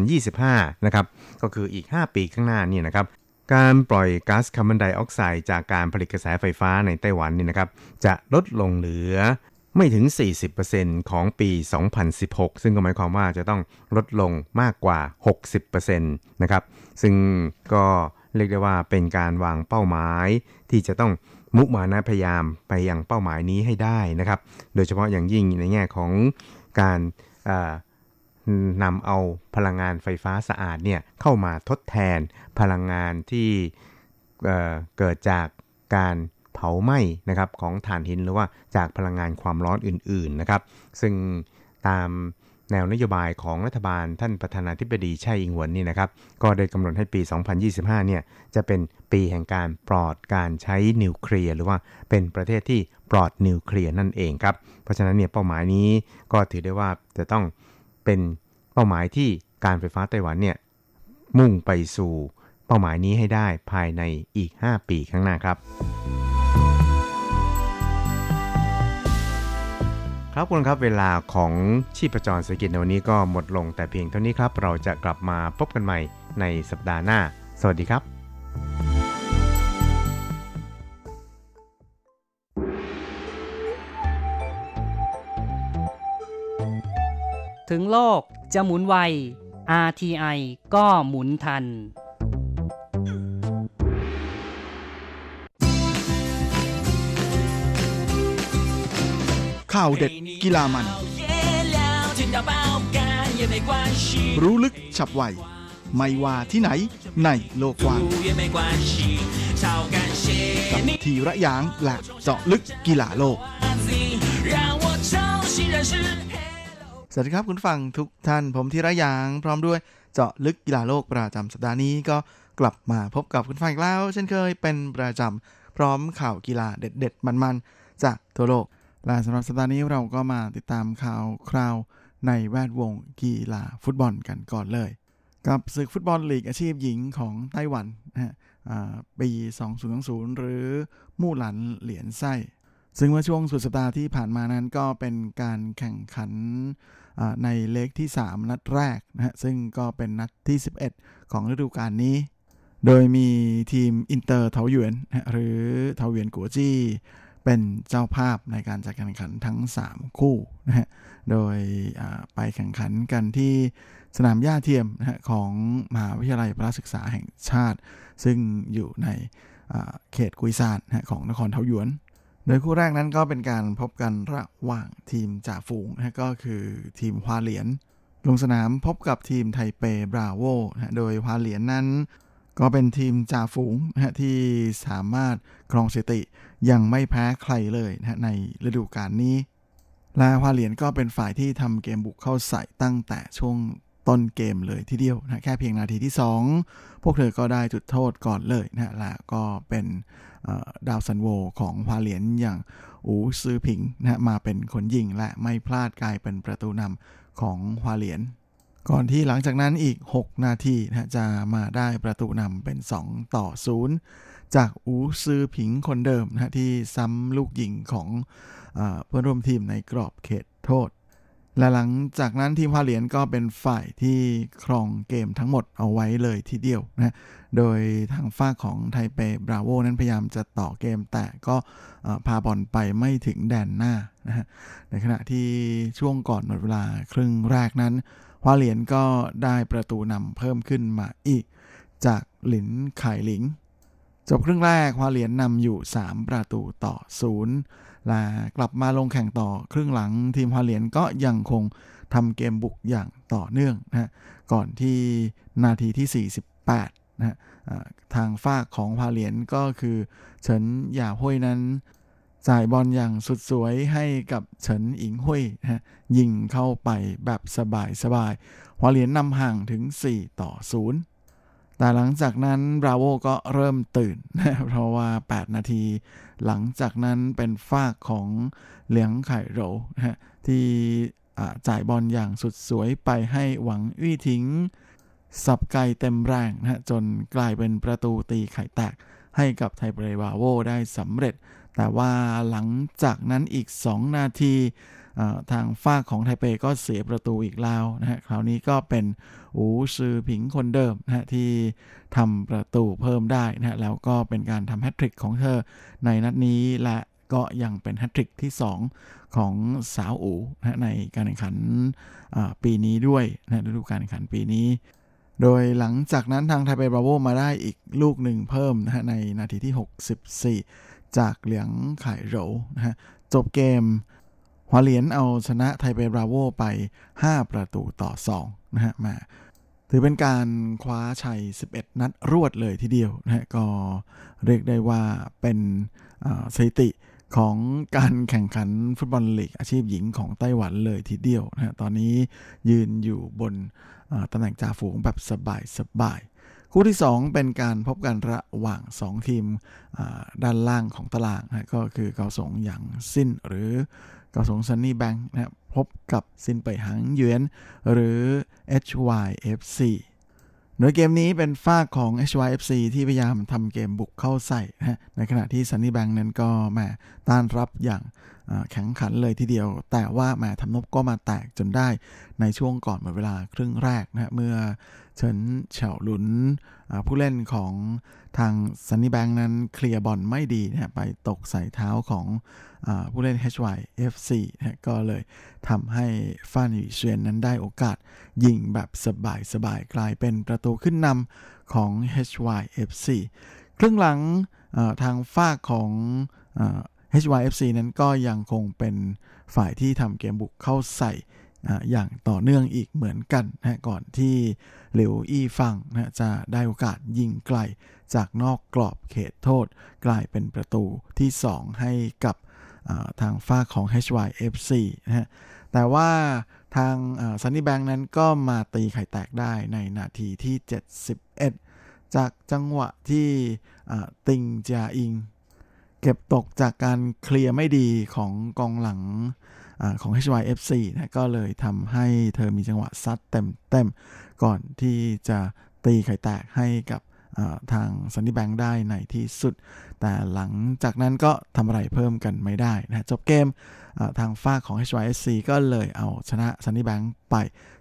2025 นะครับก็คืออีก5ปีข้างหน้านี่นะครับการปล่อยก๊าซคาร์บอนไดออกไซด์จากการผลิตกระแสไฟฟ้าในไต้หวันนี่นะครับจะลดลงเหลือไม่ถึง 40% ของปี 2016 ซึ่งก็หมายความว่าจะต้องลดลงมากกว่า 60% นะครับซึ่งก็เรียกได้ว่าเป็นการวางเป้าหมายที่จะต้องมุมานะพยายามไปยังเป้าหมายนี้ให้ได้นะครับโดยเฉพาะอย่างยิ่งในแง่ของการนำเอาพลังงานไฟฟ้าสะอาดเนี่ยเข้ามาทดแทนพลังงานที่เกิดจากการเผาไหม้นะครับของถ่านหินหรือว่าจากพลังงานความร้อนอื่นๆนะครับซึ่งตามแนวนโยบายของรัฐบาลท่านประธานาธิบดีไช่อิงเหวินนี่นะครับก็ได้กำหนดให้ปี 2025 เนี่ยจะเป็นปีแห่งการปลอดการใช้นิวเคลียร์หรือว่าเป็นประเทศที่ปลอดนิวเคลียร์นั่นเองครับเพราะฉะนั้นเนี่ยเป้าหมายนี้ก็ถือได้ว่าจะต้องเป็นเป้าหมายที่การไฟฟ้าไต้หวันเนี่ยมุ่งไปสู่เป้าหมายนี้ให้ได้ภายในอีก5ปีข้างหน้าครับครับคุณครับเวลาของชีพจรเศรษฐกิจในวันนี้ก็หมดลงแต่เพียงเท่านี้ครับเราจะกลับมาพบกันใหม่ในสัปดาห์หน้าสวัสดีครับถึงโลกจะหมุนไว RTI ก็หมุนทันข่าวเด็ดกีฬามันรู้ลึกฉับไวไม่ว่าที่ไหนในโลกกว้างกับทีระยางและเจาะลึกกีฬาโลกสวัสดีครับคุณฟังทุกท่านผมธีระยางพร้อมด้วยเจาะลึกกีฬาโลกประจำสัปดาห์นี้ก็กลับมาพบกับคุณฟังอีกแล้วเช่นเคยเป็นประจำพร้อมข่าวกีฬาเด็ดๆมันๆจากทั่วโลกและสำหรับสัปดาห์นี้เราก็มาติดตามข่าวคราวในแวดวงกีฬาฟุตบอลกันก่อนเลยกับศึกฟุตบอลลีกอาชีพหญิงของไต้หวันปี 2020 หรือมู่หลันเหรียญไส้ซึ่งว่าช่วงสุดสัปดาห์ที่ผ่านมานั้นก็เป็นการแข่งขันในเลกที่3นัดแรกนะฮะซึ่งก็เป็นนัดที่11ของฤดูกาลนี้โดยมีทีมอินเตอร์เทาหยวนหรือเทาหยวนกัวจี้เป็นเจ้าภาพในการจัดการแข่งขันทั้ง3คู่นะฮะโดยไปแข่งขันกันที่สนามหญ้าเทียมนะฮะของมหาวิทยาลัยพละศึกษาแห่งชาติซึ่งอยู่ในเขตกุยซานนะของนครเทาหยวนโดยคู่แรกนั้นก็เป็นการพบกันระหว่างทีมจ่าฝูงนะก็คือทีมฮวาเหลียนลงสนามพบกับทีมไทเปบราโวนะโดยฮวาเหลียนนั้นก็เป็นทีมจ่าฝูงนะที่สามารถครองสถิติยังไม่แพ้ใครเลยนะในฤดูกาลนี้และฮวาเหลียนก็เป็นฝ่ายที่ทำเกมบุกเข้าใส่ตั้งแต่ช่วงต้นเกมเลยทีเดียวนะแค่เพียงนาทีที่2พวกเธอก็ได้จุดโทษก่อนเลยนะและก็เป็นดาวซันโวของฮวาเหลียนอย่างอูซือผิงนะมาเป็นคนยิงและไม่พลาดกลายเป็นประตูนำของฮวาเหลียนก่อนที่หลังจากนั้นอีก6นาทีนะจะมาได้ประตูนำเป็น2-0จากอูซือผิงคนเดิมนะที่ซ้ำลูกยิงของเพื่อนร่วมทีมในกรอบเขตโทษและหลังจากนั้นทีมฮวาเหลียนก็เป็นฝ่ายที่ครองเกมทั้งหมดเอาไว้เลยทีเดียวนะโดยทางฝั่งของไทเปบราโวนั้นพยายามจะต่อเกมแต่ก็พาบอลไปไม่ถึงแดนหน้านะฮะในขณะที่ช่วงก่อนหมดเวลาครึ่งแรกนั้นฮวาเหลียนก็ได้ประตูนำเพิ่มขึ้นมาอีกจากหลินไข่หลิงจบครึ่งแรกฮวาเหลียนนำอยู่3-0และกลับมาลงแข่งต่อครึ่งหลังทีมฮวาเหลียนก็ยังคงทำเกมบุกอย่างต่อเนื่องนะฮะก่อนที่นาทีที่48นะฮะทางฝากของฮวาเหลียนก็คือเฉินหย่าห้วยนั้นจ่ายบอลอย่างสุดสวยให้กับเฉินอิงห้วยนะฮะยิงเข้าไปแบบสบายฮวาเหลียนนำห่างถึง4-0แต่หลังจากนั้นบราโวก็เริ่มตื่นนะเพราะว่า8นาทีหลังจากนั้นเป็นฝากของเหลียงไข่โหลนะฮะที่จ่ายบอลอย่างสุดสวยไปให้หวังอี้ทิงสับไกลเต็มแรงนะฮะจนกลายเป็นประตูตีไข่แตกให้กับไทเปบราโวได้สำเร็จแต่ว่าหลังจากนั้นอีก2นาทีทางฝั่งของไทเปก็เสียประตูอีกแล้วนะฮะคราวนี้ก็เป็นอูซือผิงคนเดิมนะฮะที่ทำประตูเพิ่มได้นะฮะแล้วก็เป็นการทำแฮตทริกของเธอในนัดนี้และก็ยังเป็นแฮตทริกที่2ของสาวอูนะในการแข่งขันปีนี้ด้วยนะฤดูกาลแข่งขันปีนี้โดยหลังจากนั้นทางไทเปบราโวมาได้อีกลูกหนึ่งเพิ่มนะฮะในนาทีที่64จากเหลียงไข่โหลนะฮะจบเกมฮวาเหลียนเอาชนะไทเปบราโวไป5-2นะฮะมาถือเป็นการคว้าชัย11นัดรวดเลยทีเดียวนะฮะก็เรียกได้ว่าเป็นสถิติของการแข่งขันฟุตบอลลีกอาชีพหญิงของไต้หวันเลยทีเดียวนะฮะตอนนี้ยืนอยู่บนตำแหน่งจ่าฝูงแบบสบายคู่ที่2เป็นการพบกันระหว่าง2ทีมด้านล่างของตารางนะก็คือเกาสงหยางซิ่นหรือเกาสงซันนี่แบงค์นะครับพบกับซินเป่ยหางเหวียนหรือ HYFC โดยเกมนี้เป็นฝากของ HYFC ที่พยายามทำเกมบุกเข้าใส่นะในขณะที่ Sunny Bank นั้นก็แหมต้านรับอย่างแข็งขันเลยทีเดียวแต่ว่าแหมทำนบก็มาแตกจนได้ในช่วงก่อนหมดเวลาครึ่งแรกนะเมื่อเฉินเฉาหลุนผู้เล่นของทาง Sunny Bank นั้นเคลียร์บอลไม่ดีนะไปตกใส่เท้าของผู้เล่น HYFC นะก็เลยทำให้ฟ่านหยี่เซียนนั้นได้โอกาสยิงแบบสบายๆกลายเป็นประตูขึ้นนำของ HYFC ครึ่งหลังทางฝากของHYFC นั้นก็ยังคงเป็นฝ่ายที่ทำเกมบุกเข้าใส่อย่างต่อเนื่องอีกเหมือนกันนะก่อนที่หลิวอี้ฟังนะจะได้โอกาสยิงไกลจากนอกกรอบเขตโทษกลายเป็นประตูที่2ให้กับทางฝ่ายของ HYFC นะฮะแต่ว่าทางSunny Bank นั้นก็มาตีไข่แตกได้ในนาทีที่71จากจังหวะที่ติงจาอิงเก็บตกจากการเคลียร์ไม่ดีของกองหลังของ HYFC นะก็เลยทำให้เธอมีจังหวะซัดเต็มก่อนที่จะตีไข่แตกให้กับทาง Sunny Bank ได้ในที่สุดแต่หลังจากนั้นก็ทำอะไรเพิ่มกันไม่ได้นะจบเกมทางฝ่ายของ HYFC ก็เลยเอาชนะ Sunny Bank ไป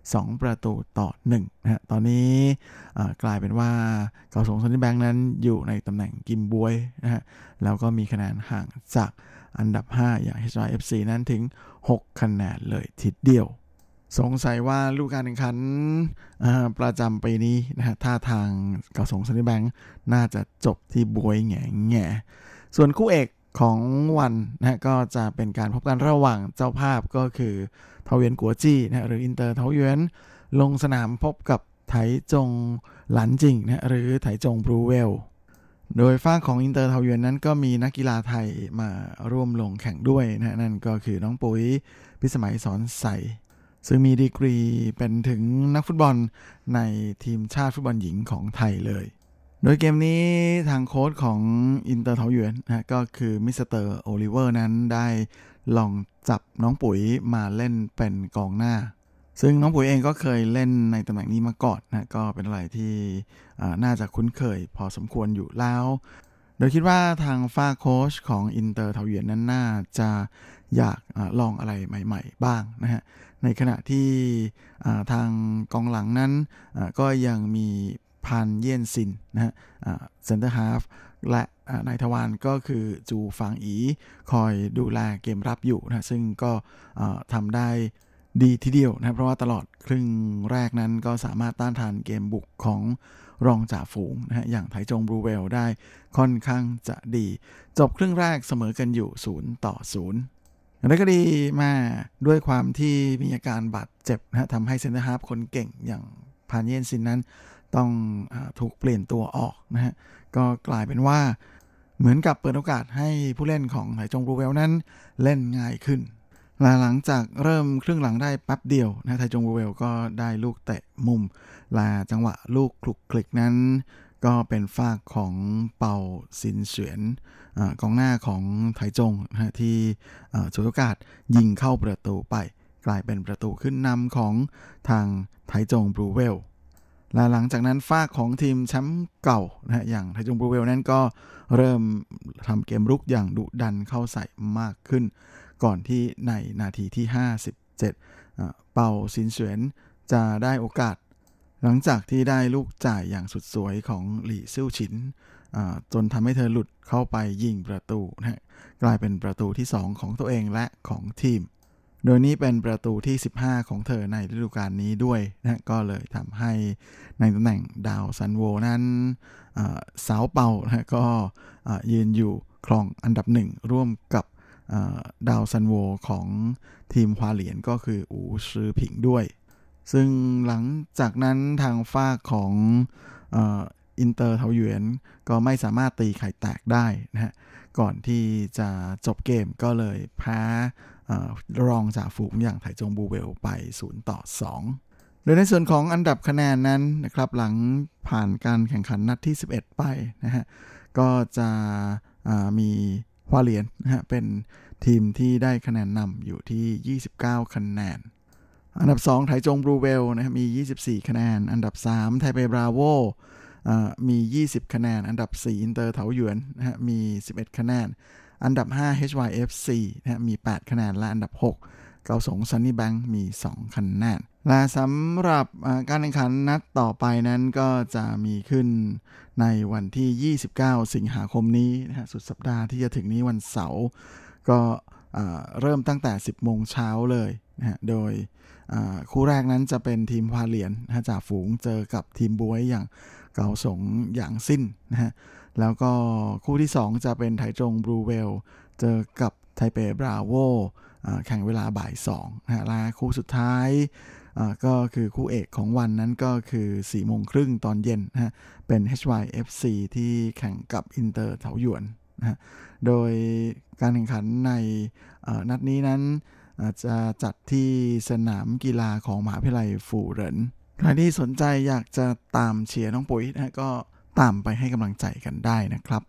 2ประตูต่อ1นะฮะตอนนี้กลายเป็นว่าเกาสง Sunny Bank นั้นอยู่ในตำแหน่งกิมบวยนะฮะแล้วก็มีคะแนนห่างจากอันดับ5อย่าง HYFC นั้นถึง6คะแนนเลยทีเดียวสงสัยว่าลูกการแข่งขันประจำปีนี้นะฮะท่าทางเกาสง Sunny Bank น่าจะจบที่บวยแง่ส่วนคู่เอกของวันนะก็จะเป็นการพบกันระหว่างเจ้าภาพก็คือเทาเวียนกัวจี้นะหรืออินเตอร์เทาเวียนลงสนามพบกับไถจงหลันจิงนะหรือไถจงบรูเวลโดยฝั่งของอินเตอร์เทาเวียนนั้นก็มีนักกีฬาไทยมาร่วมลงแข่งด้วยนะนั่นก็คือน้องปุ๋ยพิสมัยสอนใสซึ่งมีดีกรีเป็นถึงนักฟุตบอลในทีมชาติฟุตบอลหญิงของไทยเลยโดยเกมนี้ทางโค้ชของอินเตอร์เทาเวียนนะก็คือมิสเตอร์โอลิเวอร์นั้นได้ลองจับน้องปุ๋ยมาเล่นเป็นกองหน้าซึ่งน้องปุ๋ยเองก็เคยเล่นในตำแหน่งนี้มาก่อนนะก็เป็นอะไรที่น่าจะคุ้นเคยพอสมควรอยู่แล้วโดยคิดว่าทางฝ่ายโค้ชของอินเตอร์เทาเวียนนั้นน่าจะอยากลองอะไรใหม่ๆบ้างนะฮะในขณะที่ทางกองหลังนั้นก็ยังมีพานเยี่ยนซินนะฮะเซนเตอร์ฮาฟและนายทวารก็คือจูฟางอีคอยดูแลเกมรับอยู่นะซึ่งก็ทำได้ดีทีเดียวนะเพราะว่าตลอดครึ่งแรกนั้นก็สามารถต้านทานเกมบุกของรองจ่าฝูงนะฮะอย่างไถจงบรูเวลได้ค่อนข้างจะดีจบครึ่งแรกเสมอกันอยู่0-0อย่างไรก็ดีมาด้วยความที่มีอาการบาดเจ็บนะทำให้เซนเตอร์ฮาฟคนเก่งอย่างพานเยี่ยนซินนั้นต้องถูกเปลี่ยนตัวออกนะฮะก็กลายเป็นว่าเหมือนกับเปิดโอกาสให้ผู้เล่นของไถจงบรูเวลนั้นเล่นง่ายขึ้นหลังจากเริ่มครึ่งหลังได้แป๊บเดียวนะไถจงบรูเวลก็ได้ลูกเตะมุมและจังหวะลูกคลุกคลิกนั้นก็เป็นฝากของเปาซินเฉียนกองหน้าของไถจงนะที่ฉวยโอกาสยิงเข้าประตูไปกลายเป็นประตูขึ้นนำของทางไถจงบรูเวลและหลังจากนั้นฝากของทีมแชมป์เก่านะอย่างไถจงบรูเวลนั้นก็เริ่มทำเกมรุกอย่างดุดันเข้าใส่มากขึ้นก่อนที่ในนาทีที่57เปาซินเฉียนจะได้โอกาสหลังจากที่ได้ลูกจ่ายอย่างสุดสวยของหลี่ซิ่วฉินจนทำให้เธอหลุดเข้าไปยิงประตูนะกลายเป็นประตูที่2ของตัวเองและของทีมโดยนี้เป็นประตูที่15ของเธอในฤดูกาลนี้ด้วยนะก็เลยทำให้ในตำแหน่งดาวซันโวนั้นสาวเปานะก็ยืนอยู่ครองอันดับ1ร่วมกับดาวซันโวของทีมฮวาเหลียนก็คืออูซือผิงด้วยซึ่งหลังจากนั้นทางฝ่ายของอินเตอร์เทาเวียนก็ไม่สามารถตีไข่แตกได้นะฮะก่อนที่จะจบเกมก็เลยแพ้รองจ่าฝูงอย่างไถจงบรูเวลไป0-2โดยในส่วนของอันดับคะแนนนั้นนะครับหลังผ่านการแข่งขันนัดที่11ไปนะฮะก็จะมีฮวาเหลียนนะฮะเป็นทีมที่ได้คะแนนนำอยู่ที่29คะแนนอันดับ2ไถจงบลูเวลนะครับมี24คะแนนอันดับ3ไทเปบราโวมี20คะแนนอันดับ4อินเตอร์เถาหยวนนะฮะมี11คะแนนอันดับ5 HYFC นะฮะมี8คะแนนและอันดับ6เกาสงซันนี่แบงค์มี2คะแนนและสำหรับการแข่งขันนัดต่อไปนั้นก็จะมีขึ้นในวันที่29สิงหาคมนี้นะฮะสุดสัปดาห์ที่จะถึงนี้วันเสาร์ก็เริ่มตั้งแต่ 10 โมงเช้าเลยนะฮะโดยคู่แรกนั้นจะเป็นทีมพาเหลียนนะจ่าฝูงเจอกับทีมบวยอย่างเกาสงอย่างสิ้นนะฮะแล้วก็คู่ที่2จะเป็นไถจงบลูเวลเจอกับไทเปบราโวแข่งเวลาบ่าย2นะฮะและคู่สุดท้ายก็คือคู่เอกของวันนั้นก็คือ 4 โมงครึ่งตอนเย็นนะฮะเป็น HYFC ที่แข่งกับอินเตอร์เถาหยวนนะฮะโดยการแข่งขันในนัดนี้นั้นจะจัดที่สนามกีฬาของมหาวิทยาลัยฝูเหรินใครที่สนใจอยากจะตามเชียร์น้องปุ๋ยนะก็ตามไปให้กำลังใจกันได้นะครับ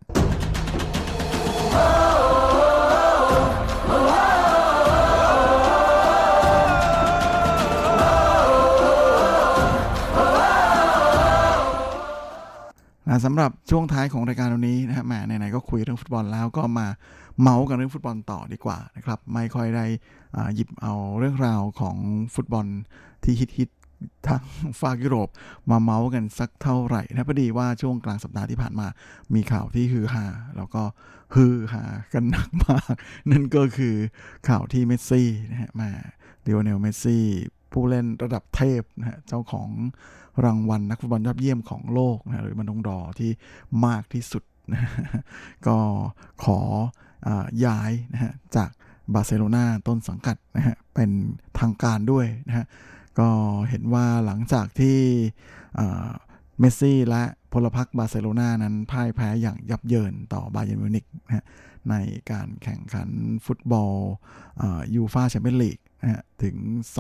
สำหรับช่วงท้ายของรายการวันนี้นะฮะแหมไหนๆก็คุยเรื่องฟุตบอลแล้วก็มาเมาส์กันเรื่องฟุตบอลต่อดีกว่านะครับไม่ค่อยได้หยิบเอาเรื่องราวของฟุตบอลที่ฮิตๆทางฝั่งยุโรปมาเมาส์กันสักเท่าไหร่นะพอดีว่าช่วงกลางสัปดาห์ที่ผ่านมามีข่าวที่ฮือฮาแล้วก็ฮือฮากันหนักมากนั่นก็คือข่าวที่เมสซี่นะฮะมาลิโอเนลเมสซี่ผู้เล่นระดับเทพนะฮะเจ้าของรางวัลนักฟุตบอลยอดเยี่ยมของโลกนะหรือบัลลงดอร์ที่มากที่สุดนะก็ขอย้ายนะฮะจากบาร์เซโลนาต้นสังกัดนะฮะเป็นทางการด้วยนะฮะก็เห็นว่าหลังจากที่เมสซี่และพลพรรคบาร์เซโลนานั้นพ่ายแพ้อย่างยับเยินต่อบาเยิร์นมิวนิกนะฮะในการแข่งขันฟุตบอลยูฟ่าแชมเปี้ยนลีกนะฮะถึง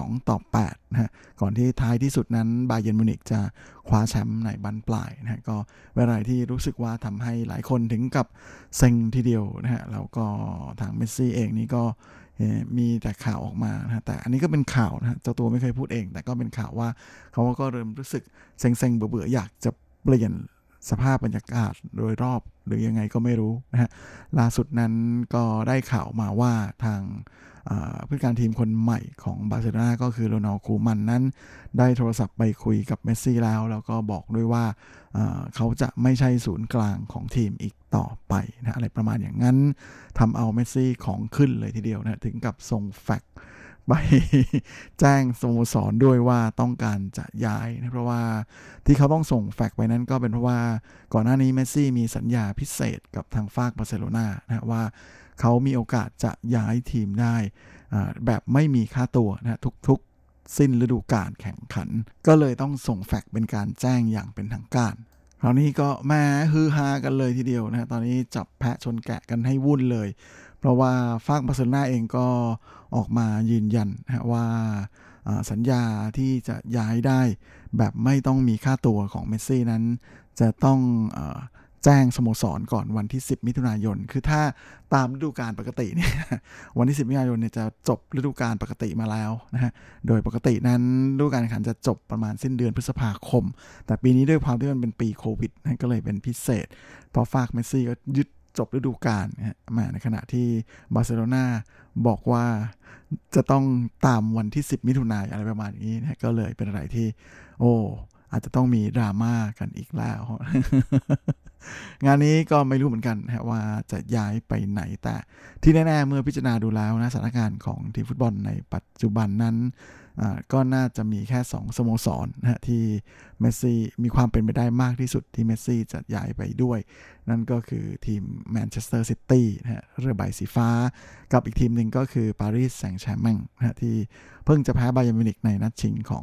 2-8นะฮะก่อนที่ท้ายที่สุดนั้นบาเยิร์นมิวนิกจะคว้าแชมป์ในบั้นปลายนะฮะก็เป็นอะไรที่รู้สึกว่าทำให้หลายคนถึงกับเซ็งทีเดียวนะฮะแล้วก็ทางเมสซี่เองนี่ก็มีแต่ข่าวออกมานะแต่อันนี้ก็เป็นข่าวนะเจ้าตัวไม่เคยพูดเองแต่ก็เป็นข่าวว่าเขาก็เริ่มรู้สึกเซ็งๆเบื่อๆอยากจะเปลี่ยนสภาพบรรยากาศโดยรอบหรือยังไงก็ไม่รู้นะฮะล่าสุดนั้นก็ได้ข่าวมาว่าทางผู้จัดการทีมคนใหม่ของบาร์เซโลนาก็คือโรนัลด์ คูมันนั้นได้โทรศัพท์ไปคุยกับเมสซี่แล้วก็บอกด้วยว่าเขาจะไม่ใช่ศูนย์กลางของทีมอีกต่อไปนะอะไรประมาณอย่างนั้นทำเอาเมสซี่ของขึ้นเลยทีเดียวนะถึงกับส่งแฟกซ์ไปแจ้งสโมสรด้วยว่าต้องการจะย้ายนะเพราะว่าที่เขาต้องส่งแฟกซ์ไปนั้นก็เป็นเพราะว่าก่อนหน้านี้เมสซี่มีสัญญาพิเศษกับทางฝั่งบาร์เซโลนานะว่าเขามีโอกาสจะย้ายทีมได้แบบไม่มีค่าตัวนะทุกสิ้นฤดูกาลแข่งขันก็เลยต้องส่งแฟกซ์เป็นการแจ้งอย่างเป็นทางการคราวนี้ก็แม้ฮือฮากันเลยทีเดียวนะตอนนี้จับแพะชนแกะกันให้วุ่นเลยเพราะว่าฝั่งบาร์เซโลนาเองก็ออกมายืนยันนะว่าสัญญาที่จะย้ายได้แบบไม่ต้องมีค่าตัวของเมสซี่นั้นจะต้องแจ้งสโมสรก่อนวันที่10มิถุนายนคือถ้าตามฤดูกาลปกติเนี่ยวันที่10มิถุนายนเนี่ยจะจบฤดูกาลปกติมาแล้วนะฮะโดยปกตินั้นฤดูกาลแข่งขันจะจบประมาณสิ้นเดือนพฤษภาคมแต่ปีนี้ด้วยความที่มันเป็นปีโควิดนะก็เลยเป็นพิเศษพอฝากเมสซี่ก็ยึดจบฤดูกาลมาในขณะที่บาร์เซโลนาบอกว่าจะต้องตามวันที่10มิถุนายนอะไรประมาณนี้นะก็เลยเป็นอะไรที่อาจจะต้องมีดราม่ากันอีกแล้ว งานนี้ก็ไม่รู้เหมือนกันนะว่าจะย้ายไปไหนแต่ที่แน่ๆเมื่อพิจารณาดูแล้วนะสถานการณ์ของทีมฟุตบอลในปัจจุบันนั้นก็น่าจะมีแค่2สโมสรนะฮะที่เมสซี่มีความเป็นไปได้มากที่สุดที่เมสซี่จะย้ายไปด้วยนั่นก็คือทีมแมนเชสเตอร์ซิตี้นะฮะเรือใบสีฟ้ากับอีกทีมหนึ่งก็คือปารีสแซงต์แชร์แมงนะฮะที่เพิ่งจะแพ้บาเยิร์นมิวนิกในนัดชิงของ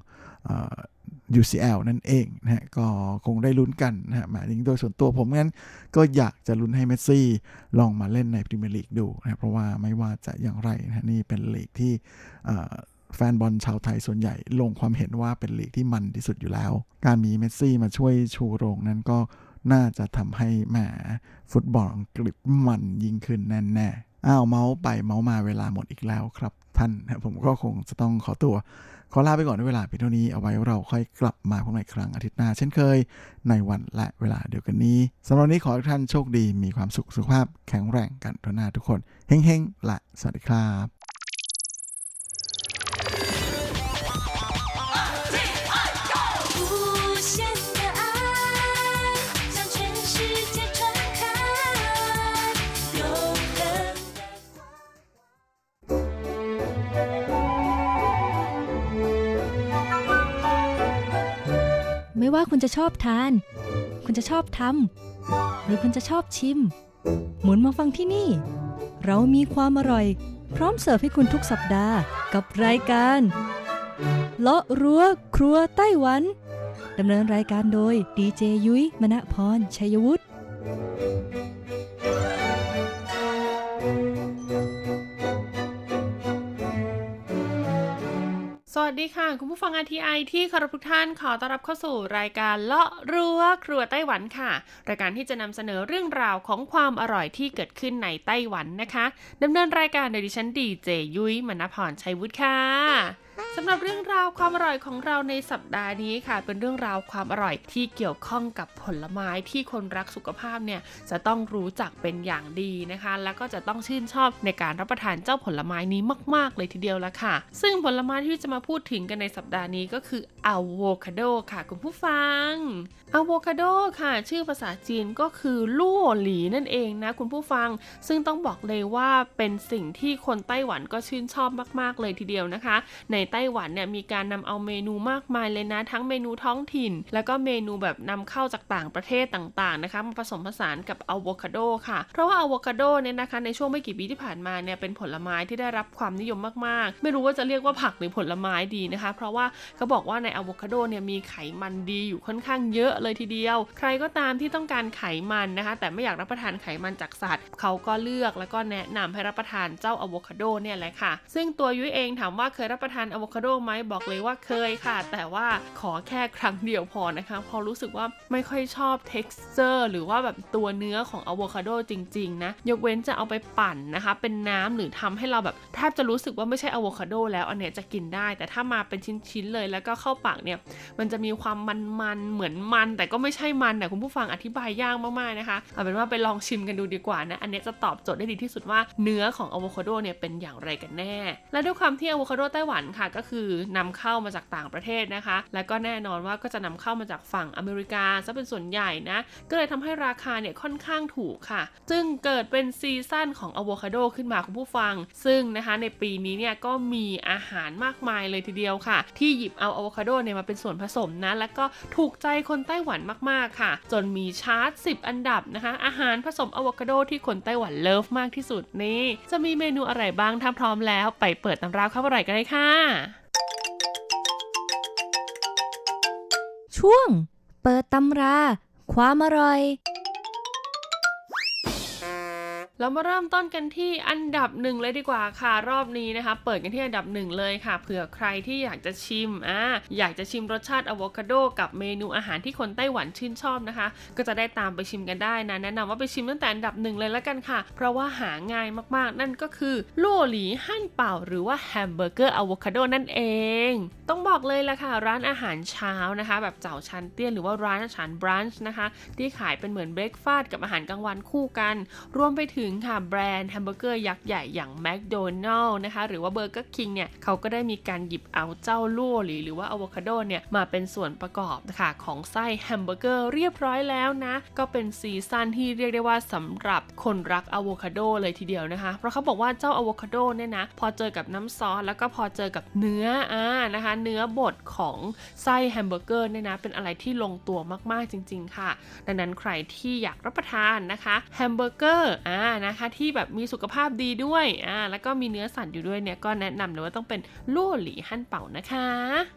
UCL นั่นเองนะฮะก็คงได้ลุ้นกันนะฮะหมายถึงโดยส่วนตัวผมงั้นก็อยากจะลุ้นให้เมสซี่ลองมาเล่นในพรีเมียร์ลีกดูนะเพราะว่าไม่ว่าจะอย่างไรนะนี่เป็นลีกที่แฟนบอลชาวไทยส่วนใหญ่ลงความเห็นว่าเป็นลีกที่มันที่สุดอยู่แล้วการมีเมสซี่มาช่วยชูโรงนั้นก็น่าจะทำให้แหมฟุตบอลอังกฤษมันยิ่งขึ้นแน่ๆเมาส์ไปเมาส์มาเวลาหมดอีกแล้วครับท่านผมก็คงจะต้องขอลาไปก่อนด้วยเวลาเพียงเท่านี้เอาไว้เราค่อยกลับมาพบกันอีกครั้งอาทิตย์หน้าเช่นเคยในวันและเวลาเดียวกันนี้สำหรับวันนี้ขอให้ท่านโชคดีมีความสุขสุขภาพแข็งแรงกันทุกหน้าทุกคนเฮ้งๆและสวัสดีครับไม่ว่าคุณจะชอบทานคุณจะชอบทำหรือคุณจะชอบชิมหมุนมาฟังที่นี่เรามีความอร่อยพร้อมเสิร์ฟให้คุณทุกสัปดาห์กับรายการเลาะรั้วครัวไต้หวันดำเนินรายการโดยดีเจยุ้ยมณพรชัยวุฒิสวัสดีค่ะคุณผู้ฟัง RTI ที่เคารพทุกท่านขอต้อนรับเข้าสู่รายการเลาะรั้วครัวไต้หวันค่ะรายการที่จะนำเสนอเรื่องราวของความอร่อยที่เกิดขึ้นในไต้หวันนะคะดำเนินรายการโดยดิฉันดีเจยุ้ยมณพรชัยวุฒิค่ะสำหรับเรื่องราวความอร่อยของเราในสัปดาห์นี้ค่ะเป็นเรื่องราวความอร่อยที่เกี่ยวข้องกับผลไม้ที่คนรักสุขภาพเนี่ยจะต้องรู้จักเป็นอย่างดีนะคะแล้วก็จะต้องชื่นชอบในการรับประทานเจ้าผลไม้นี้มากๆเลยทีเดียวละค่ะซึ่งผลไม้ที่จะมาพูดถึงกันในสัปดาห์นี้ก็คืออะโวคาโดค่ะคุณผู้ฟังอะโวคาโดค่ะชื่อภาษาจีนก็คือลู่หลีนั่นเองนะคุณผู้ฟังซึ่งต้องบอกเลยว่าเป็นสิ่งที่คนไต้หวันก็ชื่นชอบมากๆเลยทีเดียวนะคะในไต้หวันเนี่ยมีการนำเอาเมนูมากมายเลยนะทั้งเมนูท้องถิ่นแล้วก็เมนูแบบนำเข้าจากต่างประเทศต่างๆนะคะมาผสมผสานกับอะโวคาโดค่ะเพราะว่าอะโวคาโดเนี่ยนะคะในช่วงไม่กี่ปีที่ผ่านมาเนี่ยเป็นผลไม้ที่ได้รับความนิยมมากๆไม่รู้ว่าจะเรียกว่าผักหรือผลไม้ดีนะคะเพราะว่าเขาบอกว่าในอะโวคาโดเนี่ยมีไขมันดีอยู่ค่อนข้างเยอะเลยทีเดียวใครก็ตามที่ต้องการไขมันนะคะแต่ไม่อยากรับประทานไขมันจากสัตว์เขาก็เลือกแล้วก็แนะนำให้รับประทานเจ้าอะโวคาโดเนี่ยแหละค่ะซึ่งตัวยุ้ยเองถามว่าเคยรับประทานอะโวคาโดไหมบอกเลยว่าเคยค่ะแต่ว่าขอแค่ครั้งเดียวพอนะคะพอรู้สึกว่าไม่ค่อยชอบ texture หรือว่าแบบตัวเนื้อของอะโวคาโดจริงๆนะยกเว้นจะเอาไปปั่นนะคะเป็นน้ำหรือทำให้เราแบบแทบจะรู้สึกว่าไม่ใช่อะโวคาโดแล้วอันเนี้ยจะกินได้แต่ถ้ามาเป็นชิ้นๆเลยแล้วก็เข้าปากเนี่ยมันจะมีความมันๆเหมือนมันแต่ก็ไม่ใช่มันนะคุณผู้ฟังอธิบายยากมากๆนะคะเอาเป็นว่าไปลองชิมกันดูดีกว่านะอันนี้จะตอบโจทย์ได้ดีที่สุดว่าเนื้อของอะโวคาโดเนี่ยเป็นอย่างไรกันแน่และด้วยความที่อะโวคาโดไต้หวันค่ะก็คือนำเข้ามาจากต่างประเทศนะคะและก็แน่นอนว่าก็จะนำเข้ามาจากฝั่งอเมริกาซะเป็นส่วนใหญ่นะก็เลยทำให้ราคาเนี่ยค่อนข้างถูกค่ะจึงเกิดเป็นซีซั่นของอะโวคาโดขึ้นมาคุณผู้ฟังซึ่งนะคะในปีนี้เนี่ยก็มีอาหารมากมายเลยทีเดียวค่ะที่หยิบเอาอะโวคาโดเนี่ยมาเป็นส่วนผสมนะและก็ถูกใจคนไต้หวันมากๆค่ะจนมีชาร์ต10อันดับนะคะอาหารผสมอะโวคาโดที่คนไต้หวันเลิฟมากที่สุดนี่จะมีเมนูอะไรบ้างถ้าพร้อมแล้วไปเปิดตำราความอร่อยกันเลยค่ะช่วงเปิดตำราความอร่อยเรามาเริ่มต้นกันที่อันดับ1เลยดีกว่าค่ะรอบนี้นะคะเปิดกันที่อันดับ1เลยค่ะเผื่อใครที่อยากจะชิมอยากจะชิมรสชาติอะโวคาโดกับเมนูอาหารที่คนไต้หวันชื่นชอบนะคะก็จะได้ตามไปชิมกันได้นะแนะนำว่าไปชิมตั้งแต่อันดับ1เลยละกันค่ะเพราะว่าหาง่ายมากๆนั่นก็คือลู่หลีหั่นเป่าหรือว่าแฮมเบอร์เกอร์อะโวคาโดนั่นเองต้องบอกเลยละค่ะร้านอาหารเช้านะคะแบบเจ้าชันเตี้ยนหรือว่าร้านอาหารบรันช์นะคะที่ขายเป็นเหมือนเบรคฟาสต์กับอาหารกลางวันคู่กันรวมไปถึงค่ะแบรนด์แฮมเบอร์เกอร์ยักษ์ใหญ่อย่างแมคโดนัลด์นะคะหรือว่าเบอร์เกอร์คิงเนี่ยเขาก็ได้มีการหยิบเอาเจ้าลู่หรือว่าอะโวคาโดเนี่ยมาเป็นส่วนประกอบนะคะของไส้แฮมเบอร์เกอร์เรียบร้อยแล้วนะก็เป็นซีซั่นที่เรียกได้ว่าสำหรับคนรักอะโวคาโดเลยทีเดียวนะคะเพราะเขาบอกว่าเจ้าอะโวคาโดเนี่ยนะพอเจอกับน้ำซอสแล้วก็พอเจอกับเนื้อนะคะเนื้อบดของไส้แฮมเบอร์เกอร์เนี่ยนะเป็นอะไรที่ลงตัวมากๆจริงๆค่ะดังนั้นใครที่อยากรับประทานนะคะแฮมเบอร์เกอร์นะคะที่แบบมีสุขภาพดีด้วยแล้วก็มีเนื้อสัตว์อยู่ด้วยเนี่ยก็แนะนำเลยว่าต้องเป็นลู่หลีหั่นเป่านะคะ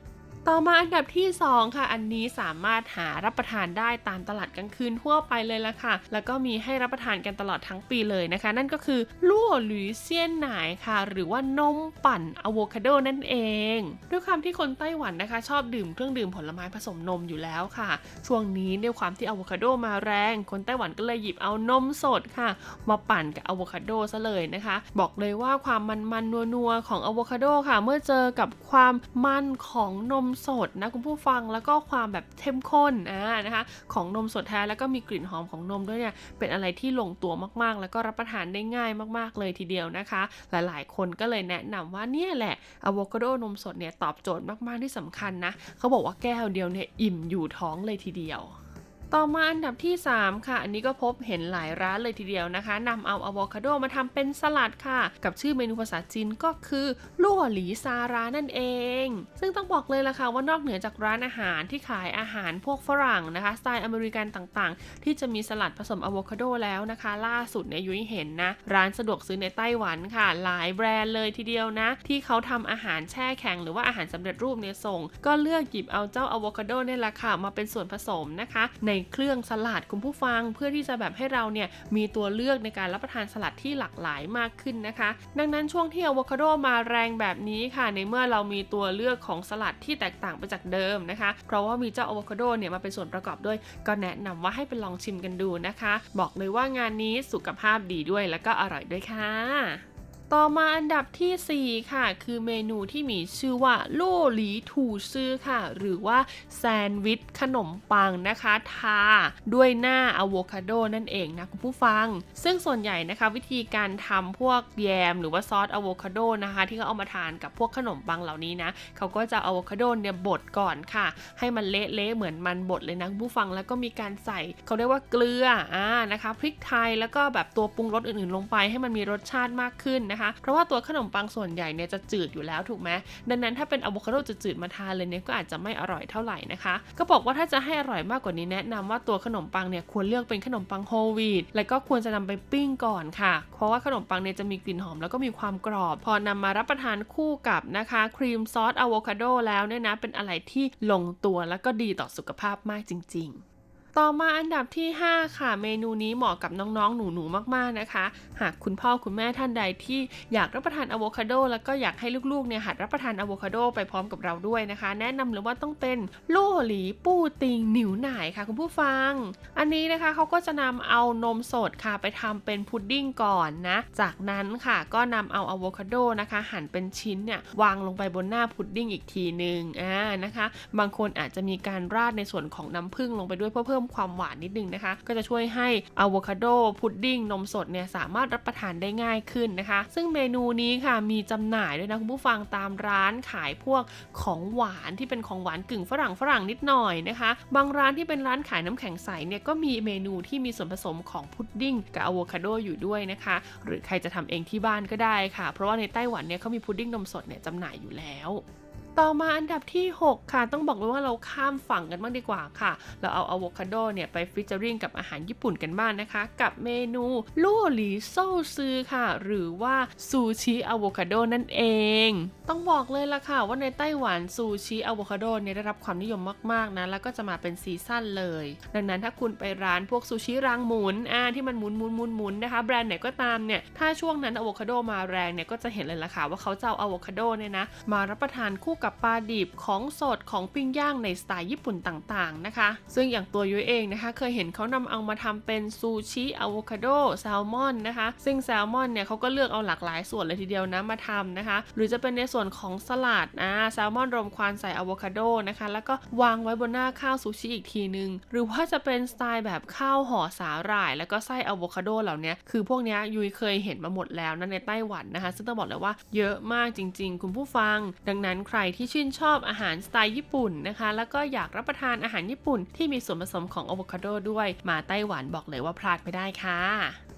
ต่อมาอันดับที่2ค่ะอันนี้สามารถหารับประทานได้ตามตลาดกลางคืนทั่วไปเลยละค่ะแล้วก็มีให้รับประทานกันตลอดทั้งปีเลยนะคะนั่นก็คือลั่วหรือเซี่ยนหน่ายค่ะหรือว่านมปั่นอะโวคาโดนั่นเองด้วยความที่คนไต้หวันนะคะชอบดื่มเครื่องดื่มผลไม้ผสมนมอยู่แล้วค่ะช่วงนี้ด้วยความที่อะโวคาโดมาแรงคนไต้หวันก็เลยหยิบเอานมสดค่ะมาปั่นกับอะโวคาโดซะเลยนะคะบอกเลยว่าความมันๆนัวๆของอะโวคาโดค่ะเมื่อเจอกับความมันของนมสดนะคุณผู้ฟังแล้วก็ความแบบเข้มข้นนะคะของนมสดแท้แล้วก็มีกลิ่นหอมของนมด้วยเนี่ยเป็นอะไรที่ลงตัวมากๆแล้วก็รับประทานได้ง่ายมากๆเลยทีเดียวนะคะหลายๆคนก็เลยแนะนำว่าเนี่ยแหละอะโวคาโดนมสดเนี่ยตอบโจทย์มากๆที่สำคัญนะเขาบอกว่าแก้วเดียวเนี่ยอิ่มอยู่ท้องเลยทีเดียวต่อมาอันดับที่3ค่ะอันนี้ก็พบเห็นหลายร้านเลยทีเดียวนะคะนำเอาอะโวคาโดมาทำเป็นสลัดค่ะกับชื่อเมนูภาษาจีนก็คือลั่วหลีซารานั่นเองซึ่งต้องบอกเลยล่ะค่ะว่านอกเหนือจากร้านอาหารที่ขายอาหารพวกฝรั่งนะคะสไตล์อเมริกันต่างๆที่จะมีสลัดผสมอะโวคาโดแล้วนะคะล่าสุดเนี่ยยุ้ยเห็นนะร้านสะดวกซื้อในไต้หวันค่ะหลายแบรนด์เลยทีเดียวนะที่เขาทำอาหารแช่แข็งหรือว่าอาหารสำเร็จรูปเนี่ยส่งก็เลือกหยิบเอาเจ้าอะโวคาโดเนี่ยแหละค่ะมาเป็นส่วนผสมนะคะในเครื่องสลัดคุณผู้ฟังเพื่อที่จะแบบให้เราเนี่ยมีตัวเลือกในการรับประทานสลัดที่หลากหลายมากขึ้นนะคะดังนั้นช่วงที่อะโวคาโดมาแรงแบบนี้ค่ะในเมื่อเรามีตัวเลือกของสลัดที่แตกต่างไปจากเดิมนะคะเพราะว่ามีเจ้าอะโวคาโดเนี่ยมาเป็นส่วนประกอบด้วยก็แนะนำว่าให้ไปลองชิมกันดูนะคะบอกเลยว่างานนี้สุขภาพดีด้วยแล้วก็อร่อยด้วยค่ะต่อมาอันดับที่4ค่ะคือเมนูที่มีชื่อว่าลั่วหลีถูซื่อค่ะหรือว่าแซนด์วิชขนมปังนะคะทาด้วยหน้าอะโวคาโดนั่นเองนะคุณผู้ฟังซึ่งส่วนใหญ่นะคะวิธีการทำพวกแยมหรือว่าซอสอะโวคาโดนะคะที่เขาเอามาทานกับพวกขนมปังเหล่านี้นะเขาก็จะอะโวคาโดเนี่ยบดก่อนค่ะให้มันเละๆเหมือนมันบดเลยนะคุณผู้ฟังแล้วก็มีการใส่เขาเรียกว่าเกลือนะคะพริกไทยแล้วก็แบบตัวปรุงรสอื่นๆลงไปให้มันมีรสชาติมากขึ้นเพราะว่าตัวขนมปังส่วนใหญ่เนี่ยจะจืดอยู่แล้วถูกไหมดังนั้นถ้าเป็นอะโวคาโดจืดๆมาทานเลยเนี่ยก็อาจจะไม่อร่อยเท่าไหร่นะคะก็บอกว่าถ้าจะให้อร่อยมากกว่านี้แนะนำว่าตัวขนมปังเนี่ยควรเลือกเป็นขนมปังโฮลวีตแล้วก็ควรจะนำไปปิ้งก่อนค่ะเพราะว่าขนมปังเนี่ยจะมีกลิ่นหอมแล้วก็มีความกรอบพอนำมารับประทานคู่กับนะคะครีมซอสอะโวคาโดแล้วเนี่ยนะเป็นอะไรที่ลงตัวแล้วก็ดีต่อสุขภาพมากจริงๆต่อมาอันดับที่5ค่ะเมนูนี้เหมาะกับน้องๆหนูๆมากๆนะคะหากคุณพ่อคุณแม่ท่านใดที่อยากรับประทานอะโวคาโดแล้วก็อยากให้ลูกๆเนี่ยหัดรับประทานอะโวคาโดไปพร้อมกับเราด้วยนะคะแนะนำเลยว่าต้องเป็นลั่วหลีปู้ติงหนิวหน่ายค่ะคุณผู้ฟังอันนี้นะคะเขาก็จะนำเอานมสดค่ะไปทำเป็นพุดดิ้งก่อนนะจากนั้นค่ะก็นำเอาอะโวคาโดนะคะหั่นเป็นชิ้นเนี่ยวางลงไปบนหน้าพุดดิ้งอีกทีนึงนะคะบางคนอาจจะมีการราดในส่วนของน้ำผึ้งลงไปด้วยเพื่อเพิ่มความหวานนิดนึงนะคะก็จะช่วยให้อะโวคาโดพุดดิ้งนมสดเนี่ยสามารถรับประทานได้ง่ายขึ้นนะคะซึ่งเมนูนี้ค่ะมีจำหน่ายด้วยนะคุณผู้ฟังตามร้านขายพวกของหวานที่เป็นของหวานกึ่งฝรั่งนิดหน่อยนะคะบางร้านที่เป็นร้านขายน้ำแข็งใสเนี่ยก็มีเมนูที่มีส่วนผสมของพุดดิ้งกับอะโวคาโดอยู่ด้วยนะคะหรือใครจะทำเองที่บ้านก็ได้ค่ะเพราะว่าในไต้หวันเนี่ยเขามีพุดดิ้งนมสดเนี่ยจำหน่ายอยู่แล้วต่อมาอันดับที่6ค่ะต้องบอกเลยว่าเราข้ามฝั่งกันบ้างดีกว่าค่ะเราเอาอะโวคาโดเนี่ยไปฟีเจอริ่งกับอาหารญี่ปุ่นกันบ้างนะคะกับเมนูลั่วหลีโซ่ซือค่ะหรือว่าซูชิอะโวคาโดนั่นเองต้องบอกเลยล่ะค่ะว่าในไต้หวันซูชิอะโวคาโดเนี่ยได้รับความนิยมมากๆนะแล้วก็จะมาเป็นซีซั่นเลยดังนั้นถ้าคุณไปร้านพวกซูชิรางหมุนที่มันหมุนนะคะแบรนด์ไหนก็ตามเนี่ยถ้าช่วงนั้นอะโวคาโดมาแรงเนี่ยก็จะเห็นเลยล่ะค่ะว่าเขาจะเอาอะโวคาโดเนี่ยนะมารับประทานคู่กับปลาดิบของสดของปิ้งย่างในสไตล์ญี่ปุ่นต่างๆนะคะซึ่งอย่างตัวยุ้ยเองนะคะเคยเห็นเขานำเอามาทำเป็นซูชิอะโวคาโดแซลมอนนะคะซึ่งแซลมอนเนี่ยเขาก็เลือกเอาหลากหลายส่วนเลยทีเดียวนะมาทำนะคะหรือจะเป็นในส่วนของสลัดแซลมอนรมควันใส่อะโวคาโดนะคะแล้วก็วางไว้บนหน้าข้าวซูชิอีกทีนึงหรือว่าจะเป็นสไตล์แบบข้าวห่อสาหร่ายแล้วก็ไส้อะโวคาโดเหล่านี้คือพวกนี้ยุ้ยเคยเห็นมาหมดแล้วนะในไต้หวันนะคะซึ่งต้องบอกเลยว่าเยอะมากจริงๆคุณผู้ฟังดังนั้นใครที่ชื่นชอบอาหารสไตล์ญี่ปุ่นนะคะแล้วก็อยากรับประทานอาหารญี่ปุ่นที่มีส่วนผสมของอะโวคาโดด้วยมาไต้หวันบอกเลยว่าพลาดไม่ได้ค่ะ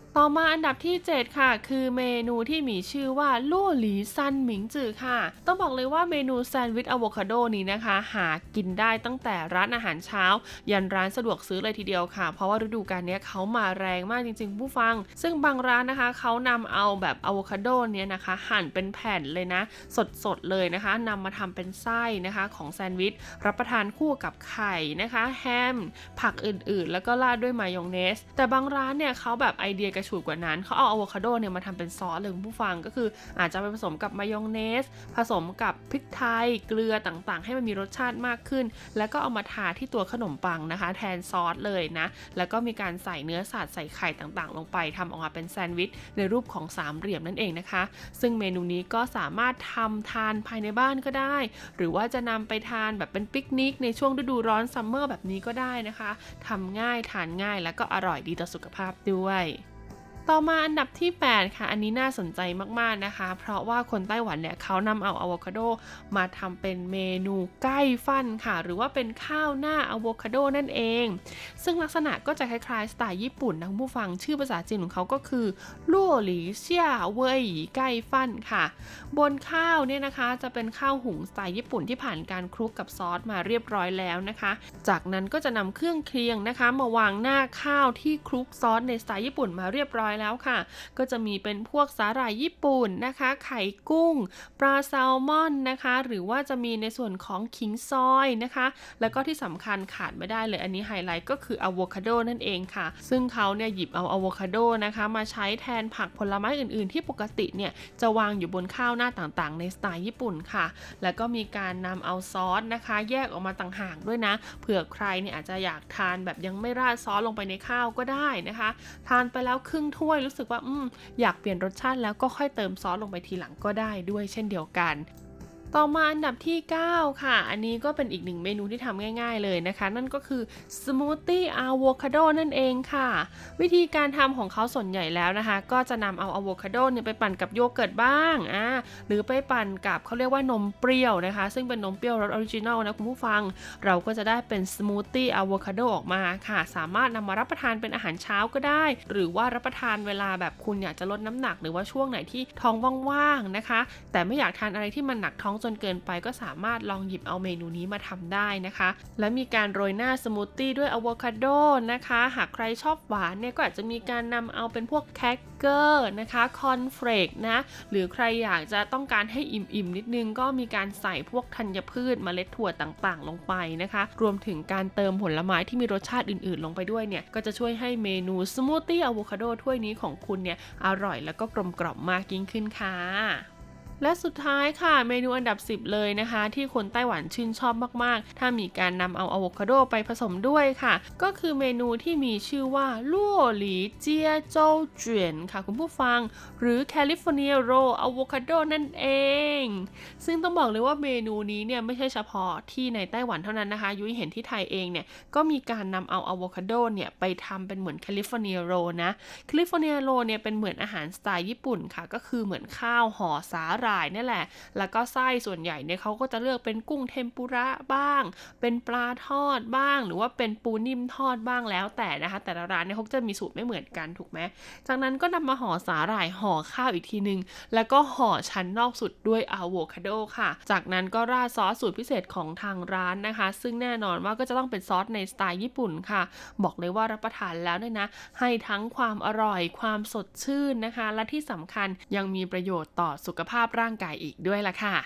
ต่อมาอันดับที่7ค่ะคือเมนูที่มีชื่อว่าลู่หลีซันหมิงจือค่ะต้องบอกเลยว่าเมนูแซนด์วิชอะโวคาโดนี้นะคะหากินได้ตั้งแต่ร้านอาหารเช้ายันร้านสะดวกซื้อเลยทีเดียวค่ะเพราะว่าฤดูกาลนี้เขามาแรงมากจริงๆผู้ฟังซึ่งบางร้านนะคะเขานำเอาแบบอะโวคาโดเนี้ยนะคะหั่นเป็นแผ่นเลยนะสดๆเลยนะคะนำมาทำเป็นไส้นะคะของแซนด์วิชรับประทานคู่กับไข่นะคะแฮมผักอื่นๆแล้วก็ราดด้วยมายองเนสแต่บางร้านเนี่ยเขาแบบไอเดียกระฉูดกว่านั้นเขาเอาอะโวคาโดเนี่ยมาทำเป็นซอสเลยผู้ฟังก็คืออาจจะไปผสมกับมายองเนสผสมกับพริกไทยเกลือต่างๆให้มันมีรสชาติมากขึ้นแล้วก็เอามาทาที่ตัวขนมปังนะคะแทนซอสเลยนะแล้วก็มีการใส่เนื้อสัตว์ใส่ไข่ต่างๆลงไปทำออกมาเป็นแซนด์วิชในรูปของสามเหลี่ยมนั่นเองนะคะซึ่งเมนูนี้ก็สามารถทำทานภายในบ้านก็ได้หรือว่าจะนำไปทานแบบเป็นปิกนิกในช่วงฤดูร้อนซัมเมอร์แบบนี้ก็ได้นะคะทำง่ายทานง่ายแล้วก็อร่อยดีต่อสุขภาพด้วยต่อมาอันดับที่8ค่ะอันนี้น่าสนใจมากๆนะคะเพราะว่าคนไต้หวันเนี่ยเขานำเอาอะโวคาโดมาทำเป็นเมนูใกล้ฟั่นค่ะหรือว่าเป็นข้าวหน้าอะโวคาโดนั่นเองซึ่งลักษณะก็จะคล้ายๆสไตล์ญี่ปุ่นนะผู้ฟังชื่อภาษาจีนของเขาก็คือลู่หลีเซี่ยเว่ยใกล้ฟั่นค่ะบนข้าวเนี่ยนะคะจะเป็นข้าวหุงสไตล์ญี่ปุ่นที่ผ่านการคลุกกับซอสมาเรียบร้อยแล้วนะคะจากนั้นก็จะนำเครื่องเคียงนะคะมาวางหน้าข้าวที่คลุกซอสในสไตล์ญี่ปุ่นมาเรียบร้อยแล้วค่ะก็จะมีเป็นพวกสาหร่ายญี่ปุ่นนะคะไข่กุ้งปลาแซลมอนนะคะหรือว่าจะมีในส่วนของขิงซอยนะคะแล้วก็ที่สำคัญขาดไม่ได้เลยอันนี้ไฮไลท์ก็คืออะโวคาโดนั่นเองค่ะซึ่งเขาเนี่ยหยิบเอาอะโวคาโดนะคะมาใช้แทนผักผลไม้อื่นๆที่ปกติเนี่ยจะวางอยู่บนข้าวหน้าต่างๆในสไตล์ญี่ปุ่นค่ะแล้วก็มีการนำเอาซอสนะคะแยกออกมาต่างหากด้วยนะเผื่อใครเนี่ยอาจจะอยากทานแบบยังไม่ราดซอสลงไปในข้าวก็ได้นะคะทานไปแล้วครึ่งถ้วยรู้สึกว่าอยากเปลี่ยนรสชาติแล้วก็ค่อยเติมซอสลงไปทีหลังก็ได้ด้วยเช่นเดียวกันต่อมาอันดับที่9ค่ะอันนี้ก็เป็นอีกหนึ่งเมนูที่ทำง่ายๆเลยนะคะนั่นก็คือสมูทตี้อะโวคาโดนั่นเองค่ะวิธีการทำของเขาส่วนใหญ่แล้วนะคะก็จะนำเอาอะโวคาโดเนี่ยไปปั่นกับโยเกิร์ตบ้างหรือไปปั่นกับเขาเรียกว่านมเปรี้ยวนะคะซึ่งเป็นนมเปรี้ยวรสออริจินัลนะคุณผู้ฟังเราก็จะได้เป็นสมูทตี้อะโวคาโดออกมาค่ะสามารถนำมารับประทานเป็นอาหารเช้าก็ได้หรือว่ารับประทานเวลาแบบคุณอยากจะลดน้ำหนักหรือว่าช่วงไหนที่ท้องว่างๆนะคะแต่ไม่อยากทานอะไรที่มันหนักท้องจนเกินไปก็สามารถลองหยิบเอาเมนูนี้มาทำได้นะคะและมีการโรยหน้าสมูทตี้ด้วยอะโวคาโดนะคะหากใครชอบหวานเนี่ยก็อาจจะมีการนำเอาเป็นพวกแครกเกอร์นะคะคอนเฟลกนะหรือใครอยากจะต้องการให้อิ่มๆนิดนึงก็มีการใส่พวกธัญพืชเมล็ดถั่วต่างๆลงไปนะคะรวมถึงการเติมผลไม้ที่มีรสชาติอื่นๆลงไปด้วยเนี่ยก็จะช่วยให้เมนูสมูทตี้อะโวคาโดถ้วยนี้ของคุณเนี่ยอร่อยแล้วก็กลมกล่อมมากยิ่งขึ้นค่ะและสุดท้ายค่ะเมนูอันดับ10เลยนะคะที่คนไต้หวันชื่นชอบมากๆถ้ามีการนำเอาอะโวคาโดไปผสมด้วยค่ะก็คือเมนูที่มีชื่อว่าลู่หลีเจียโจวเจี๋ยนค่ะคุณผู้ฟังหรือแคลิฟอร์เนียโรลอะโวคาโดนั่นเองซึ่งต้องบอกเลยว่าเมนูนี้เนี่ยไม่ใช่เฉพาะที่ในไต้หวันเท่านั้นนะคะยุ้ยเห็นที่ไทยเองเนี่ยก็มีการนำเอาอะโวคาโดเนี่ยไปทำเป็นเหมือนแคลิฟอร์เนียโรลนะแคลิฟอร์เนียโรลเนี่ยเป็นเหมือนอาหารสไตล์ญี่ปุ่นค่ะก็คือเหมือนข้าวห่อสาหร่ายนี่แหละแล้วก็ไส้ส่วนใหญ่เนี่ยเขาก็จะเลือกเป็นกุ้งเทมปุระบ้างเป็นปลาทอดบ้างหรือว่าเป็นปูนิ่มทอดบ้างแล้วแต่นะคะแต่ละร้านเนี่ยเขาจะมีสูตรไม่เหมือนกันถูกไหมจากนั้นก็นำมาห่อสาหร่ายห่อข้าวอีกทีนึงแล้วก็ห่อชั้นนอกสุดด้วยอะโวคาโดค่ะจากนั้นก็ราดซอสสูตรพิเศษของทางร้านนะคะซึ่งแน่นอนว่าก็จะต้องเป็นซอสในสไตล์ญี่ปุ่นค่ะบอกเลยว่ารับประทานแล้วเนี่ยนะให้ทั้งความอร่อยความสดชื่นนะคะและที่สำคัญยังมีประโยชน์ต่อสุขภาพร่างกายอีกด้วยล่ะค่ะ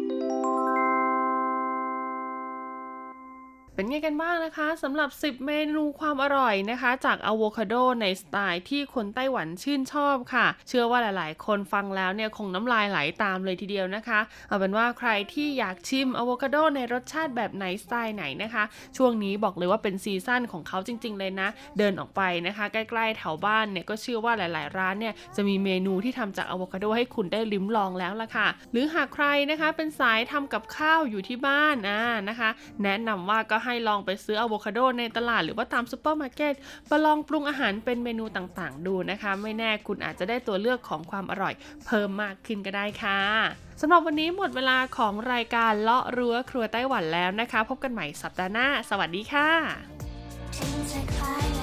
เป็นไงกันบ้างนะคะสำหรับ10เมนูความอร่อยนะคะจากอะโวคาโดในสไตล์ที่คนไต้หวันชื่นชอบค่ะเชื่อว่าหลายๆคนฟังแล้วเนี่ยคงน้ำลายไหลตามเลยทีเดียวนะคะเอาเป็นว่าใครที่อยากชิมอะโวคาโดในรสชาติแบบไหนสไตล์ไหนนะคะช่วงนี้บอกเลยว่าเป็นซีซั่นของเขาจริงๆเลยนะเดินออกไปนะคะใกล้ๆแถวบ้านเนี่ยก็เชื่อว่าหลายๆร้านเนี่ยจะมีเมนูที่ทำจากอะโวคาโดให้คุณได้ลิ้มลองแล้วล่ะค่ะหรือหากใครนะคะเป็นสายทำกับข้าวอยู่ที่บ้านนะคะแนะนำว่าก็ให้ลองไปซื้ออะโวคาโดในตลาดหรือว่าตามซุปเปอร์มาร์เก็ตมาลองปรุงอาหารเป็นเมนูต่างๆดูนะคะไม่แน่คุณอาจจะได้ตัวเลือกของความอร่อยเพิ่มมากขึ้นก็ได้ค่ะสำหรับวันนี้หมดเวลาของรายการเลาะรั้วครัวไต้หวันแล้วนะคะพบกันใหม่สัปดาห์หน้าสวัสดีค่ะ